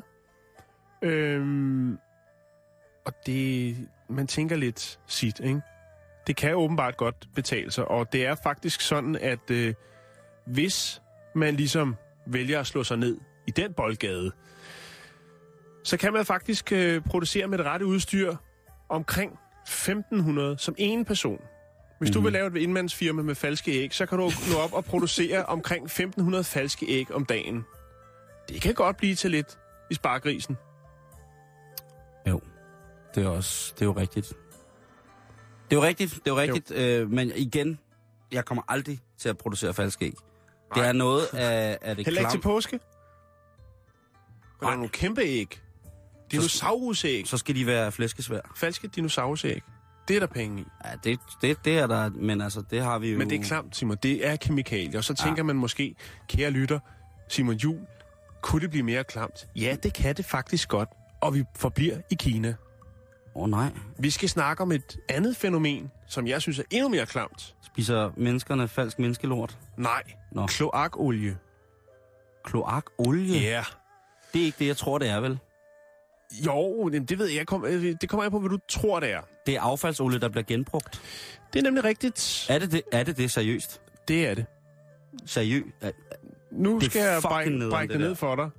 Og det... Man tænker lidt sit, ikke? Det kan åbenbart godt betale sig, og det er faktisk sådan, at hvis man ligesom vælger at slå sig ned i den boldgade, så kan man faktisk producere med det rette udstyr omkring 1.500 som en person. Hvis du vil lave et indmandsfirma med falske æg, så kan du nå op og producere omkring 1.500 falske æg om dagen. Det kan godt blive til lidt i spargrisen. Jo, det er jo rigtigt. Det er jo rigtigt, men igen, jeg kommer aldrig til at producere falske æg. Det er noget af det Heller ikke til klam. påske? Der er nogle kæmpe æg. Dinosaurusæg. Så skal de være flæskesvær. Falske dinosaurusæg. Det er der penge i. Ja, det er der, men altså, det har vi jo... Men det er klamt, Simon. Det er kemikalier. Og så tænker man måske, kære lytter, Simon Juhl, kunne det blive mere klamt? Ja, det kan det faktisk godt. Og vi forbliver i Kina. Nej. Vi skal snakke om et andet fænomen, som jeg synes er endnu mere klamt. Spiser menneskerne falsk menneskelort? Nej. Nå. Kloakolie. Kloakolie? Ja. Det er ikke det, jeg tror, det er, vel? Jo, det ved jeg. Det kommer an på, hvad du tror, det er. Det er affaldsolie, der bliver genbrugt. Det er nemlig rigtigt. Er det seriøst? Det er det. Seriøst? Nu Det skal jeg fucking brække det ned for dig.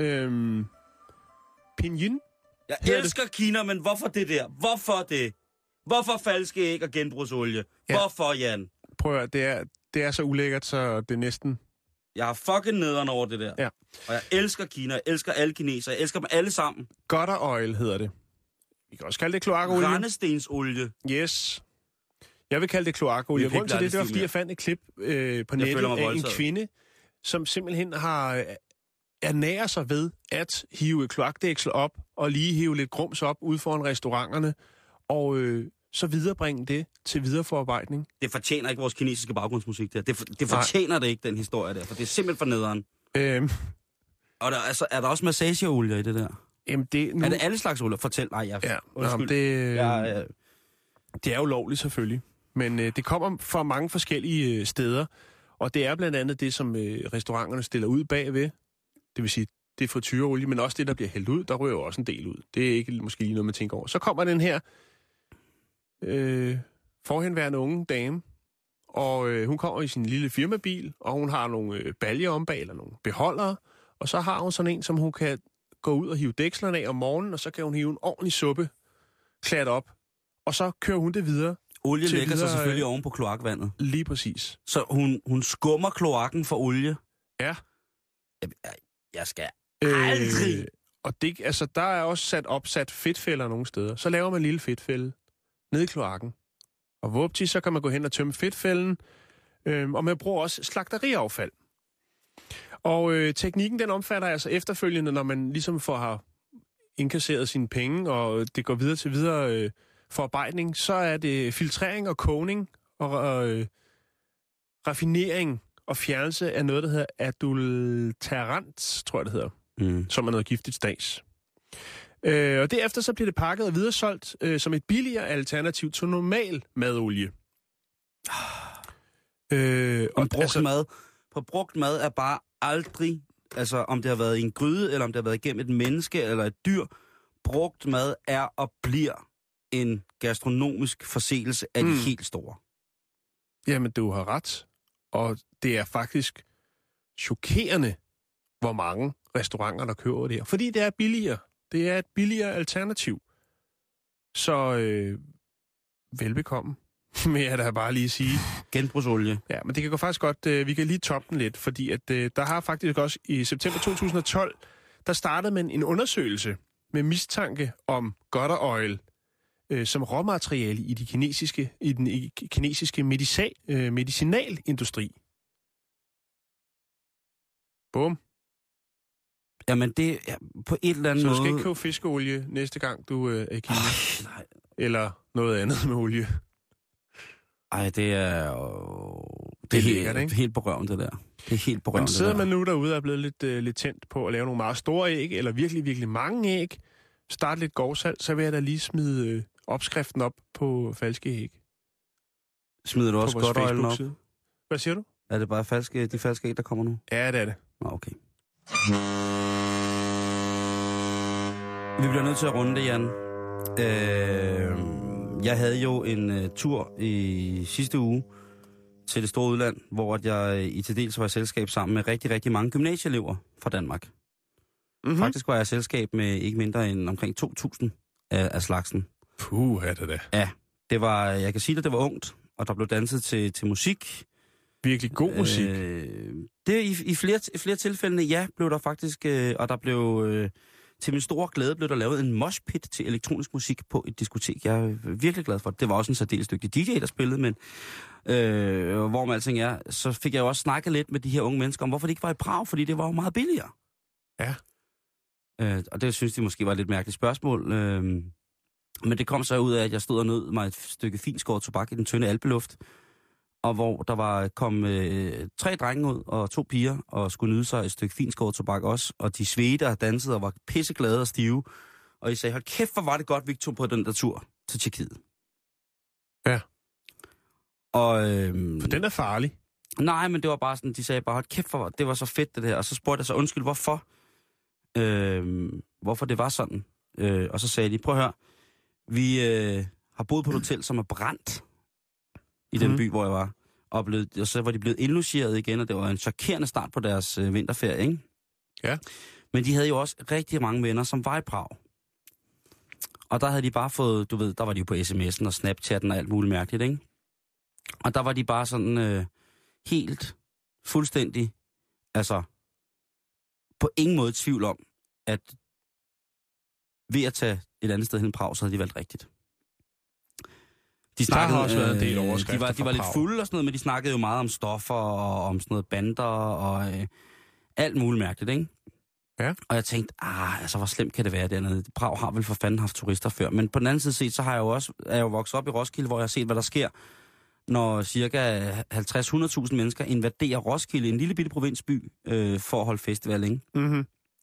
Pinyin? Jeg Hedder elsker Kina, men hvorfor det der? Hvorfor det? Hvorfor falske æg og genbrugsolie? Ja. Hvorfor, Jan? Prøv at høre, det er så ulækkert, så det er næsten... Jeg har fucking nederen over det der. Ja. Og jeg elsker Kina, jeg elsker alle kinesere, jeg elsker dem alle sammen. Gutter oil hedder det. Vi kan også kalde det kloakolie. Randstensolie. Yes. Jeg vil kalde det kloakolie. Grunden til det var, fordi jeg fandt et klip på nettet af en kvinde, som simpelthen har ernærer sig ved at hive kloakdæksel op og lige hive lidt grums op ude foran restauranterne, og så viderebringe det til videreforarbejdning. Det fortjener ikke vores kinesiske baggrundsmusik der. Det fortjener det ikke, den historie der, for det er simpelthen for nederen. Og er der også massageolie i det der? Jamen er det alle slags olie? Fortæl. Nej, det er ulovligt selvfølgelig. Men det kommer fra mange forskellige steder, og det er blandt andet det, som restauranterne stiller ud bagved. Det vil sige, det er frityreolie, men også det, der bliver hældt ud, der rører også en del ud. Det er ikke måske lige noget, man tænker over. Så kommer den her forhenværende unge dame, og hun kommer i sin lille firmabil, og hun har nogle baljer om bag, eller nogle beholdere, og så har hun sådan en, som hun kan gå ud og hive dækslerne af om morgenen, og så kan hun hive en ordentlig suppe klat op, og så kører hun det videre. Olie lægger sig selvfølgelig oven på kloakvandet. Lige præcis. Så hun skummer kloakken for olie? Ja. Jeg skal aldrig... Og det, altså, der er også opsat fedtfælder nogle steder. Så laver man en lille fedtfælde nede i kloakken. Og vupti, så kan man gå hen og tømme fedtfælden. Og man bruger også slagteriaffald. Og teknikken, den omfatter altså efterfølgende, når man ligesom har indkasseret sine penge, og det går videre til videre forarbejdning, så er det filtrering og kogning og raffinering og fjernelse af noget, der hedder adulterant, tror jeg det hedder, som er noget giftigt stads. Og derefter så bliver det pakket og videresolgt som et billigere alternativ til normal madolie. Brugt mad er bare aldrig, altså om det har været i en gryde, eller om det har været igennem et menneske eller et dyr, brugt mad er og bliver en gastronomisk forseelse af de helt store. Jamen, du har ret. Og det er faktisk chokerende, hvor mange restauranter, der køber det her. Fordi det er billigere. Det er et billigere alternativ. Så velbekomme, vil jeg da bare lige sige. Genbrugsolie. Ja, men det kan gå faktisk godt, vi kan lige toppe den lidt, fordi at der har faktisk også i september 2012, der startede man en undersøgelse med mistanke om gutter oil som råmateriale i den kinesiske medicinalindustri. Bum. Jamen det er på et eller andet måde... måde... Så du skal ikke købe fiskeolie næste gang, du er i Kina? Nej. Eller noget andet med olie? Ej, det er lækkert, ikke? Helt på røven, det der. Det er helt på røven, men sidder man nu derude og er blevet lidt tændt på at lave nogle meget store æg, eller virkelig, virkelig mange æg, starte lidt gårdsalg, så vil jeg da lige smide opskriften op på falske æg. Smider du også godt øjlen op? Hvad siger du? Er det bare de falske æg, der kommer nu? Ja, det er det. Nå, okay. Vi bliver nødt til at runde det, Jan. Jeg havde jo en tur i sidste uge til det store udland, hvor at jeg i til dels var i selskab sammen med rigtig, rigtig mange gymnasieelever fra Danmark. Mm-hmm. Faktisk var jeg i selskab med ikke mindre end omkring 2.000 af slagsen. Puh, er det da. Ja, det var, jeg kan sige, at det var ungt, og der blev danset til musik. Virkelig god musik. Det i flere tilfælde, ja, blev der faktisk, og der blev, til min store glæde, blev der lavet en moshpit til elektronisk musik på et diskotek. Jeg er virkelig glad for det. Det var også en særdeles dygtig DJ, der spillede, men hvor man alting er, så fik jeg jo også snakket lidt med de her unge mennesker om, hvorfor de ikke var i Prag, fordi det var jo meget billigere. Ja. Og det synes de måske var et lidt mærkeligt spørgsmål. Men det kom så ud af, at jeg stod og nød mig et stykke finskåret tobak i den tynde alpeluft, og hvor der kom 3 drenge ud og 2 piger og skulle nyde sig et stykke finskåret tobak også, og de svedte og dansede og var pisseglade og stive. Og I sagde, hold kæft, hvor var det godt, vi tog på den der tur til Tjekkiet. Ja. Og, for den er farlig. Nej, men det var bare sådan, de sagde bare, hold kæft, det var så fedt det der. Og så spurgte jeg så, undskyld, hvorfor? Hvorfor det var sådan? Og så sagde de, prøv at høre, vi har boet på et hotel, som er brændt i den by, hvor jeg var. Og så var de blevet indlogeret igen, og det var en chokerende start på deres vinterferie, ikke? Ja. Men de havde jo også rigtig mange venner, som var i Prag. Og der havde de bare fået, du ved, der var de jo på sms'en og Snapchatten og alt muligt mærkeligt, ikke? Og der var de bare sådan helt fuldstændig, altså på ingen måde tvivl om, at ved at tage et andet sted hen i Prag, så havde de valgt rigtigt. De snakkede, der har også været en del overskrifter de var lidt fulde og sådan noget, men de snakkede jo meget om stoffer og om sådan noget bander og alt muligt mærkeligt, ikke? Ja. Og jeg tænkte, altså hvor slemt kan det være dernede? Prag har vel for fanden haft turister før. Men på den anden side set, så har jeg jo også, er jeg jo vokset op i Roskilde, hvor jeg har set, hvad der sker, når cirka 50-100.000 mennesker invaderer Roskilde, en lille bitte provinsby, for at holde festival, ikke? Mhm.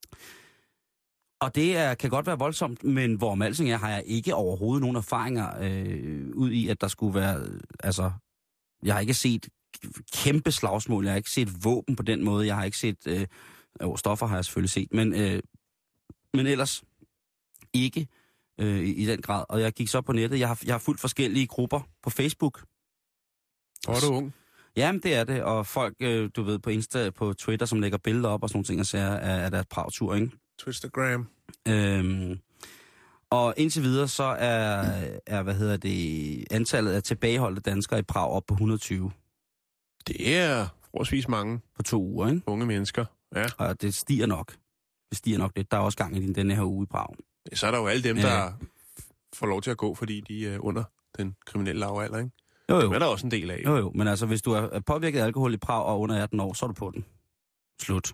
Og det kan godt være voldsomt, men hvorom alting er, har jeg ikke overhovedet nogen erfaringer ud i, at der skulle være, altså, jeg har ikke set kæmpe slagsmål, jeg har ikke set våben på den måde, jeg har ikke set, stoffer har jeg selvfølgelig set, men ellers ikke i den grad. Og jeg gik så på nettet, jeg har fulgt forskellige grupper på Facebook. Hvor er du ung? Jamen, det er det, og folk, du ved, på Insta, på Twitter, som lægger billeder op og sådan nogle ting, og siger, er der et Prag-tur, ikke? Twittergram. Og indtil videre, så er antallet af tilbageholdte danskere i Prag op på 120. Det er forholdsvis mange. På 2 uger, ikke? Unge mennesker, ja. Og det stiger nok. Det stiger nok lidt. Der er også gang i den her uge i Prag. Så er der jo alle dem, der får lov til at gå, fordi de er under den kriminelle lavalder, ikke? Jo. Det er der også en del af. Jo. Men altså, hvis du er påvirket af alkohol i Prag og under 18 år, så er du på den. Slut.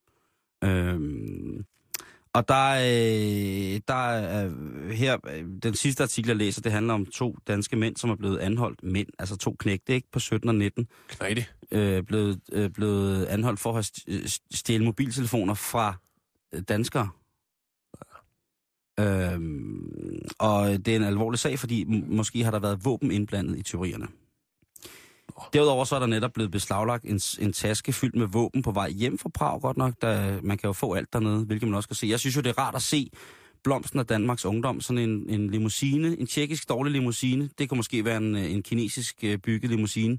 Og der er her, den sidste artikel, jeg læser, det handler om 2 danske mænd, som er blevet anholdt. Mænd, altså 2 knægte, ikke? På 17 og 19. Knejde. Blevet anholdt for at stjæle mobiltelefoner fra danskere. Og det er en alvorlig sag, fordi måske har der været våben indblandet i tyverierne. Derudover så er der netop blevet beslaglagt en taske fyldt med våben på vej hjem fra Prag, godt nok. Man kan jo få alt dernede, hvilket man også kan se. Jeg synes jo, det er rart at se blomsten af Danmarks ungdom. Sådan en limousine, en tjekkisk dårlig limousine. Det kunne måske være en kinesisk bygget limousine.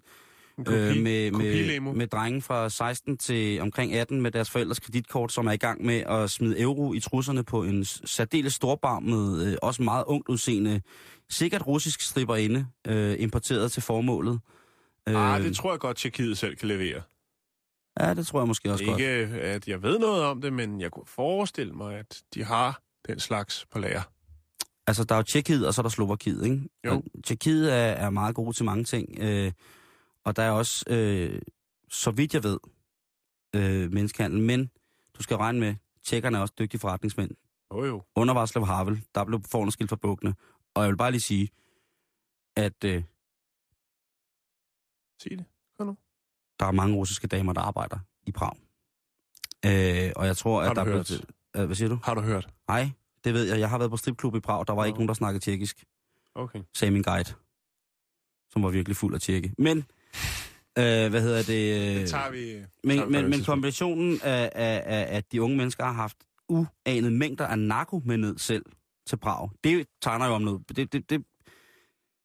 Med drenge fra 16 til omkring 18 med deres forældres kreditkort, som er i gang med at smide euro i trusserne på en særdeles storbarmet, også meget ungt udseende, sikkert russisk stripperinde, importeret til formålet. Det tror jeg godt, Tjekkiet selv kan levere. Ja, det tror jeg måske også godt. Ikke, at jeg ved noget om det, men jeg kunne forestille mig, at de har den slags på lager. Altså, der er jo Tjekkiet, og så er der Slovakiet, ikke? Jo. Tjekkiet er meget gode til mange ting. Og der er også, så vidt jeg ved, menneskehandel. Men du skal regne med, tjekkerne er også dygtige forretningsmænd. Jo. Under Václav Havel, der blev forunderskilt for bukkene. Og jeg vil bare lige sige, at sig det. Kom nu. Der er mange russiske damer, der arbejder i Prag. Og jeg tror, at der er... Hvad siger du? Har du hørt? Nej, det ved jeg. Jeg har været på stripklub i Prag. Der var ikke nogen, der snakkede tjekkisk. Okay. Sagde min guide. Som var virkelig fuld af tjekke. Men, Det tager vi... Men kombinationen af, at de unge mennesker har haft uanede mængder af narko med ned selv til Prag, det tegner jo om noget.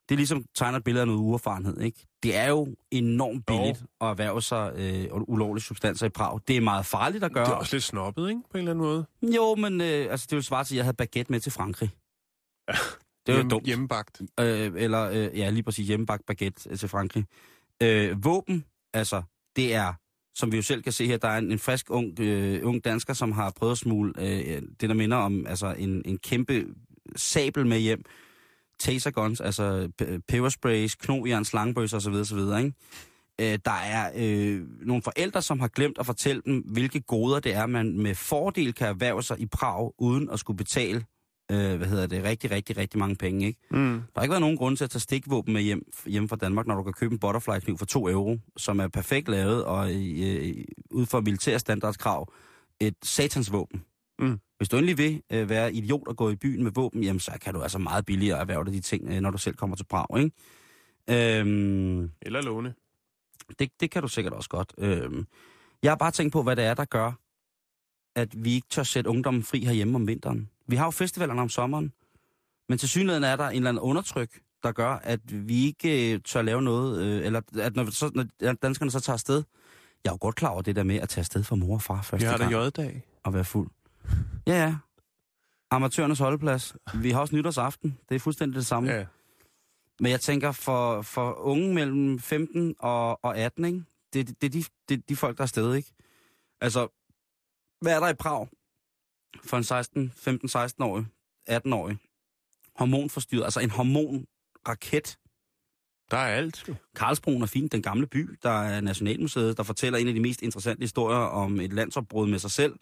det er ligesom tegner et billede af noget uerfarenhed, ikke? Det er jo enormt billigt at erhverve sig ulovlige substanser i Prag. Det er meget farligt at gøre. Det er også lidt snobbet, ikke? På en eller anden måde. Jo, men altså, det vil svare til, at jeg havde baguette med til Frankrig. Ja, det var dumt. Hjemmebagt. Ja, lige præcis hjemmebagt baguette til Frankrig. Våben, altså, det er, som vi jo selv kan se her, der er en frisk ung dansker, som har prøvet at smule det, der minder om altså en kæmpe sabel med hjem. Taser guns, altså pebersprays, knogjern, slangebøsser osv. osv. Ikke? Der er nogle forældre, som har glemt at fortælle dem, hvilke goder det er, man med fordel kan erhverve sig i Prag, uden at skulle betale rigtig mange penge. Ikke? Der har ikke været nogen grund til at tage stikvåben med hjem fra Danmark, når du kan købe en butterfly-kniv for 2 euro, som er perfekt lavet og ud for militære standardskrav et satansvåben. Hvis du endelig vil være idiot og gå i byen med våben, jamen så kan du altså meget billigere erhverve dig de ting, når du selv kommer til Prag, ikke? Eller låne. Det kan du sikkert også godt. Jeg har bare tænkt på, hvad det er, der gør, at vi ikke tør sætte ungdommen fri herhjemme om vinteren. Vi har jo festivalerne om sommeren, men tilsyneladende er der en eller anden undertryk, der gør, at vi ikke tør lave noget, eller at når danskerne så tager afsted. Jeg er jo godt klar over det der med at tage afsted for mor og far første gang. Vi har da J-dag. Og være fuld. Ja. Amatørernes holdeplads. Vi har også nytårsaften. Det er fuldstændig det samme. Ja. Men jeg tænker, for unge mellem 15 og 18, ikke? Det er de folk, der er afsted, ikke? Altså, hvad er der i Prag for en 15-16-årig, 18-årig? Hormonforstyrret, altså en hormonraket. Der er alt. Karlsbroen er fint, den gamle by. Der er Nationalmuseet, der fortæller en af de mest interessante historier om et landsopbrud med sig selv.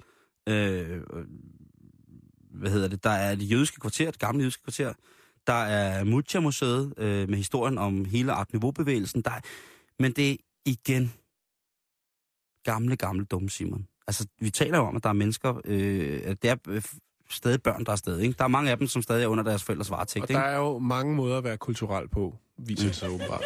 Der er det jødiske kvarter, det gamle jødiske kvarter. Der er Mucha-museet med historien om hele Art Nouveau-bevægelsen. Men det er igen gamle dumme Simon. Altså, vi taler jo om, at der er mennesker, det er stadig børn, der er stadig, ikke? Der er mange af dem, som stadig er under deres forældres varetægt, og der er jo mange måder at være kulturel på, viser sig åbenbart.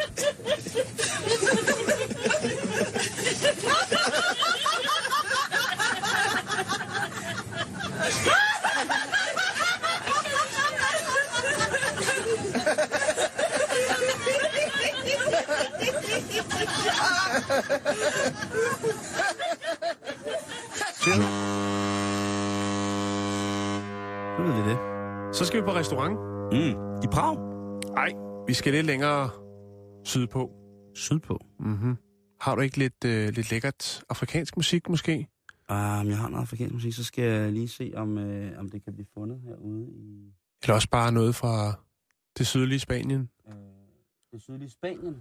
Nu ved vi det. Så skal vi på restaurant. I Prag? Nej, vi skal lidt længere sydpå. Sydpå? Mhm. Har du ikke lidt lækkert afrikansk musik, måske? Jeg har noget afrikansk musik, så skal jeg lige se, om det kan blive fundet herude i... Eller også bare noget fra det sydlige Spanien. Det sydlige Spanien?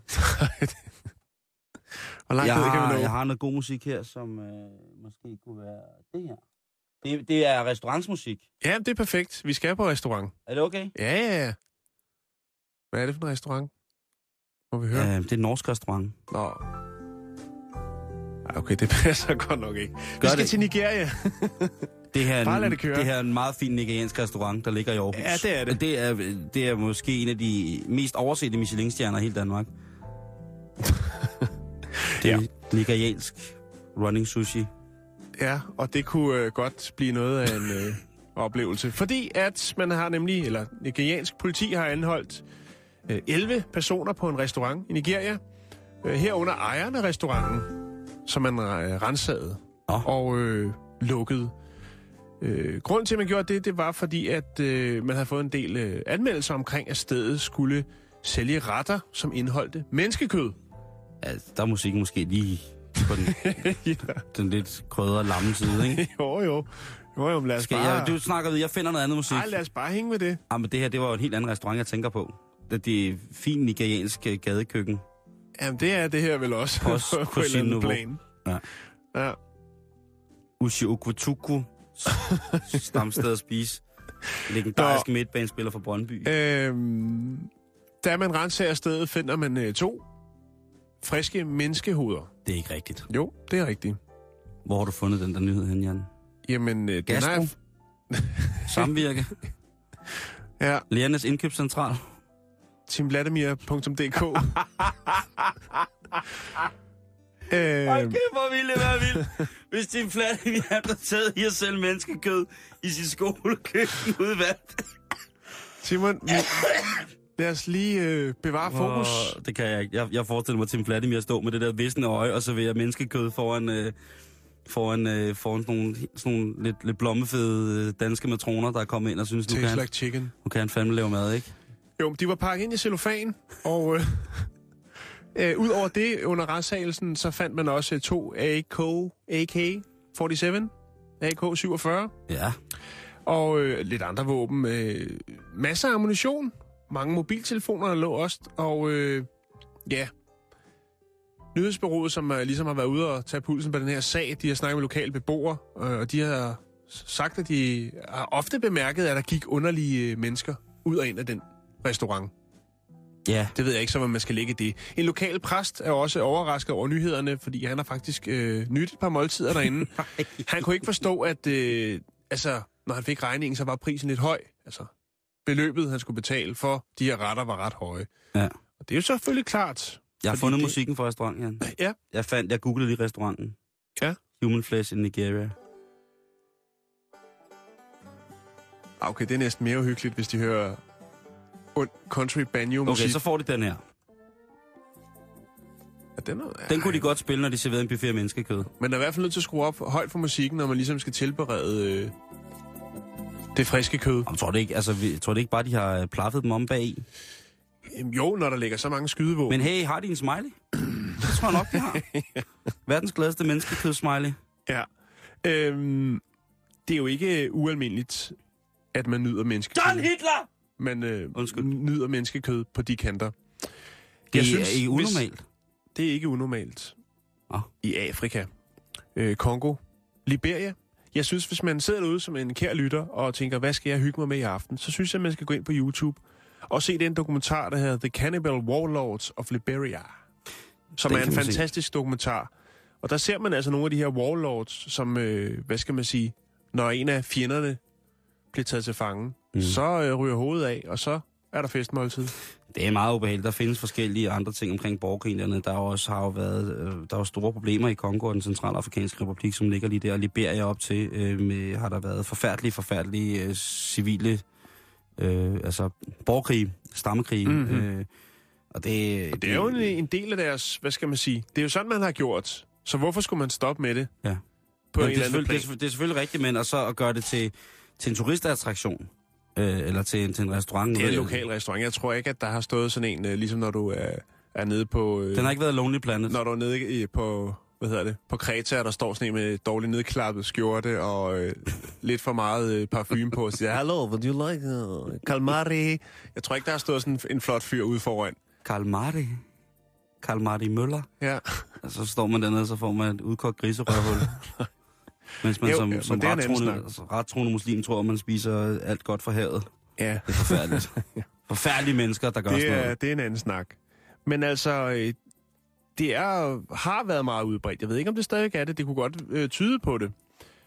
Hvor langt kan vi nå? Jeg har noget god musik her, som måske kunne være det her. Det er restaurantsmusik. Ja, det er perfekt. Vi skal på restaurant. Er det okay? Ja. Hvad er det for en restaurant? Må vi høre? Det er en norsk restaurant. Nå. Okay, det passer godt nok ikke. Vi skal til Nigeria. Det her er en meget fin nigeriansk restaurant, der ligger i Aarhus. Ja, det er det. Det er måske en af de mest oversete Michelin-stjerner i hele Danmark. Det er nigeriansk running sushi. Ja, og det kunne godt blive noget af en oplevelse. Fordi at man har nemlig, eller nigeriansk politi har anholdt 11 personer på en restaurant i Nigeria. Herunder ejeren af restauranten, som man rensagede og lukkede. Grunden til, at man gjorde det var fordi, at man havde fået en del anmeldelser omkring, at stedet skulle sælge retter, som indeholdte menneskekød. Ja, der er musikken måske lige på den lidt krydrede lamme side, ikke? Jo, lad os bare... Du snakker ved, jeg finder noget andet musik. Nej, lad os bare hænge med det. Men det her, det var jo en helt anden restaurant, jeg tænker på. Det er fin nigeriansk gadekøkken. Jamen, det er det her vel også. På en eller anden plan. Ja. Ushi Okwutuku. Stamsted at spise. Legendarisk midtbanespiller fra Brøndby. Da man renser stedet, finder man 2 friske menneskehoveder. Det er ikke rigtigt. Jo, det er rigtigt. Hvor har du fundet den der nyhed hen, Jan? Jamen, den Gastro? Samvirke? Ja. Lærernes indkøbscentral? teamvladimir.dk Okay, hvor ville det være vildt, hvis Team Vladimir havde taget i at sælge menneskekød i sin skolekøkken ude i vand. Simon, Lad os lige bevare fokus. Det kan jeg ikke. Jeg forestiller mig Tim Vladimir at stå med det der visne øje og servere menneskekød foran sådan nogle lidt blommefede danske matroner, der er kommet ind og synes, nu kan han fandme lave mad, ikke? Jo, de var pakket ind i cellofan, og ud over det, under retssagelsen, så fandt man også 2 AK-47, AK-47. Ja. Og lidt andre våben. Masser af ammunition. Mange mobiltelefoner, der lå også. Og nyhedsbureauet, som ligesom har været ude og tage pulsen på den her sag, de har snakket med lokale beboere, og de har sagt, at de har ofte bemærket, at der gik underlige mennesker ud og ind af den restaurant. Ja. Det ved jeg ikke så, hvad man skal lægge i det. En lokal præst er også overrasket over nyhederne, fordi han har faktisk nydt et par måltider derinde. Han kunne ikke forstå, at når han fik regningen, så var prisen lidt høj. Altså, beløbet, han skulle betale for de her retter, var ret høje. Ja. Og det er jo selvfølgelig klart. Jeg har fundet musikken for restauranten, Jan. Ja. Jeg googlede lige restauranten. Ja. Human Flesh in Nigeria. Okay, det er næsten mere uhyggeligt, hvis de hører country banjo-musik. Okay, så får de den her. Den kunne de godt spille, når de serverede en buffet af menneskekød. Men der er i hvert fald nødt til at skrue op højt for musikken, når man ligesom skal tilberede det friske kød. Jeg tror det ikke bare, de har plaffet dem om bag i? Jo, når der ligger så mange skydevåben. Men hey, har de en smiley? Det tror jeg nok, de har. Verdens gladeste menneskekød-smiley. Ja. Det er jo ikke ualmindeligt, at man nyder menneskekød. John Hitler! Man nyder menneskekød på de kanter. Det er ikke unormalt. Det er ikke unormalt. I Afrika. Kongo. Liberia. Jeg synes, hvis man sidder derude som en kær lytter og tænker, hvad skal jeg hygge mig med i aften, så synes jeg, at man skal gå ind på YouTube og se den dokumentar, der hedder The Cannibal Warlords of Liberia, som er en fantastisk dokumentar. Og der ser man altså nogle af de her warlords, som, når en af fjenderne bliver taget til fange, så ryger hovedet af, og så er der festmåltid. Det er meget ubehageligt. Der findes forskellige andre ting omkring borgerkrigen dernede. Der har jo været store problemer i Kongo og den centralafrikanske republik, som ligger lige der, og Liberia op til. Har der været forfærdelige civile borgerkrig, stammekrig. Og det er jo en del af deres, hvad skal man sige, det er jo sådan, man har gjort. Så hvorfor skulle man stoppe med det? Ja. På en det er selvfølgelig rigtigt, men så at gøre det til en turistattraktion, eller til en restaurant. Det er en lokal restaurant. Jeg tror ikke, at der har stået sådan en, ligesom når du er nede på... Den har ikke været Lonely Planet. Når du er nede på, på Kreta, der står sådan en med dårligt nedklappet skjorte og lidt for meget parfume på. Og siger, hello, would you like calamari? Jeg tror ikke, der har stået sådan en flot fyr ude foran. Calamari Møller? Ja. Og så står man dernede, så får man et udkogt griserøvhul. Mens man som rettroende muslim tror, at man spiser alt godt fra havet. Ja. Det er forfærdeligt. Forfærdelige mennesker, der gør sådan noget. Det er en anden snak. Men altså, det har været meget udbredt. Jeg ved ikke, om det stadig er det. Det kunne godt tyde på det.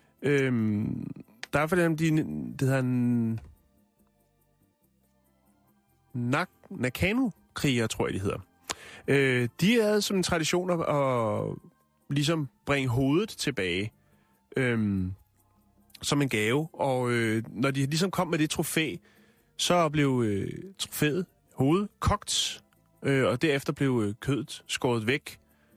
Der er for dem, det hedder Nakano-kriger, tror jeg, de hedder. De havde som en tradition at ligesom bringe hovedet tilbage. Som en gave, og når de ligesom kom med det trofæ, så blev trofæet, hovedet, kogt, og derefter blev kødet skåret væk.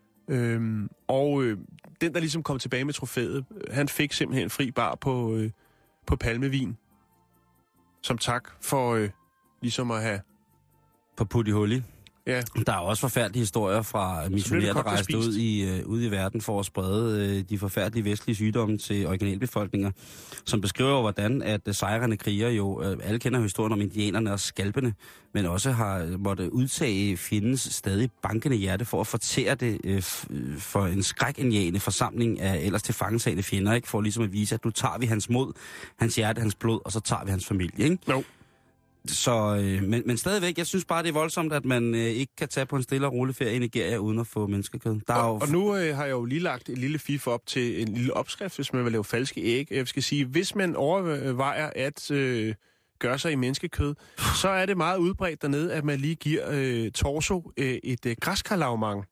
Den, der ligesom kom tilbage med trofæet, han fik simpelthen fri bar på palmevin, som tak for ligesom at have... På putt i hul i. Ja. Der er også forfærdelige historier fra missionærer, der rejste ud i verden for at sprede de forfærdelige vestlige sygdomme til originalbefolkninger, som beskriver, hvordan at sejrende krigere jo, alle kender historien om indianerne og skalpene, men også har måttet udtage fjendens stadig bankende hjerte for at fortære det for en skrækindjagende forsamling af ellers tilfangetagende fjender, ikke? For ligesom at vise, at nu tager vi hans mod, hans hjerte, hans blod, og så tager vi hans familie, ikke? No. Så, men stadigvæk, jeg synes bare, det er voldsomt, at man ikke kan tage på en stille og rolig ferie i Nigeria uden at få menneskekød. Og nu har jeg jo lige lagt en lille fif op til en lille opskrift, hvis man vil lave falske æg. Jeg skal sige, hvis man overvejer at gøre sig i menneskekød, så er det meget udbredt dernede, at man lige giver torso et græskarlavmang.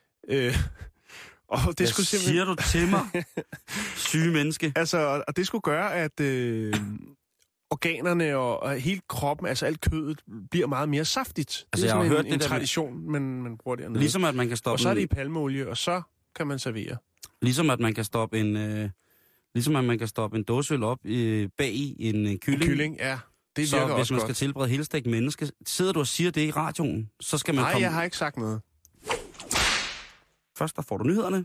Og det skulle siger du til mig, syge menneske? Altså, og det skulle gøre, at... organerne og hele kroppen, altså alt kødet, bliver meget mere saftigt. Altså, det er jeg har hørt en tradition, man bruger dernede. Ligesom at man kan stoppe... Og så er det i palmeolie, og så kan man servere. Ligesom at man kan stoppe en dåseøl op bag i en kylling. En kylling, ja. Det virker så også hvis man godt. skal tilberede helstegt menneske, sidder du og siger det i radioen, så skal man Nej, komme... jeg har ikke sagt noget. Først der får du nyhederne.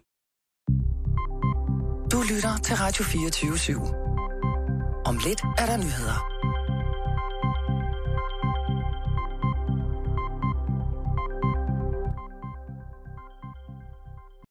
Du lytter til Radio 24/7. Om lidt er der nyheder.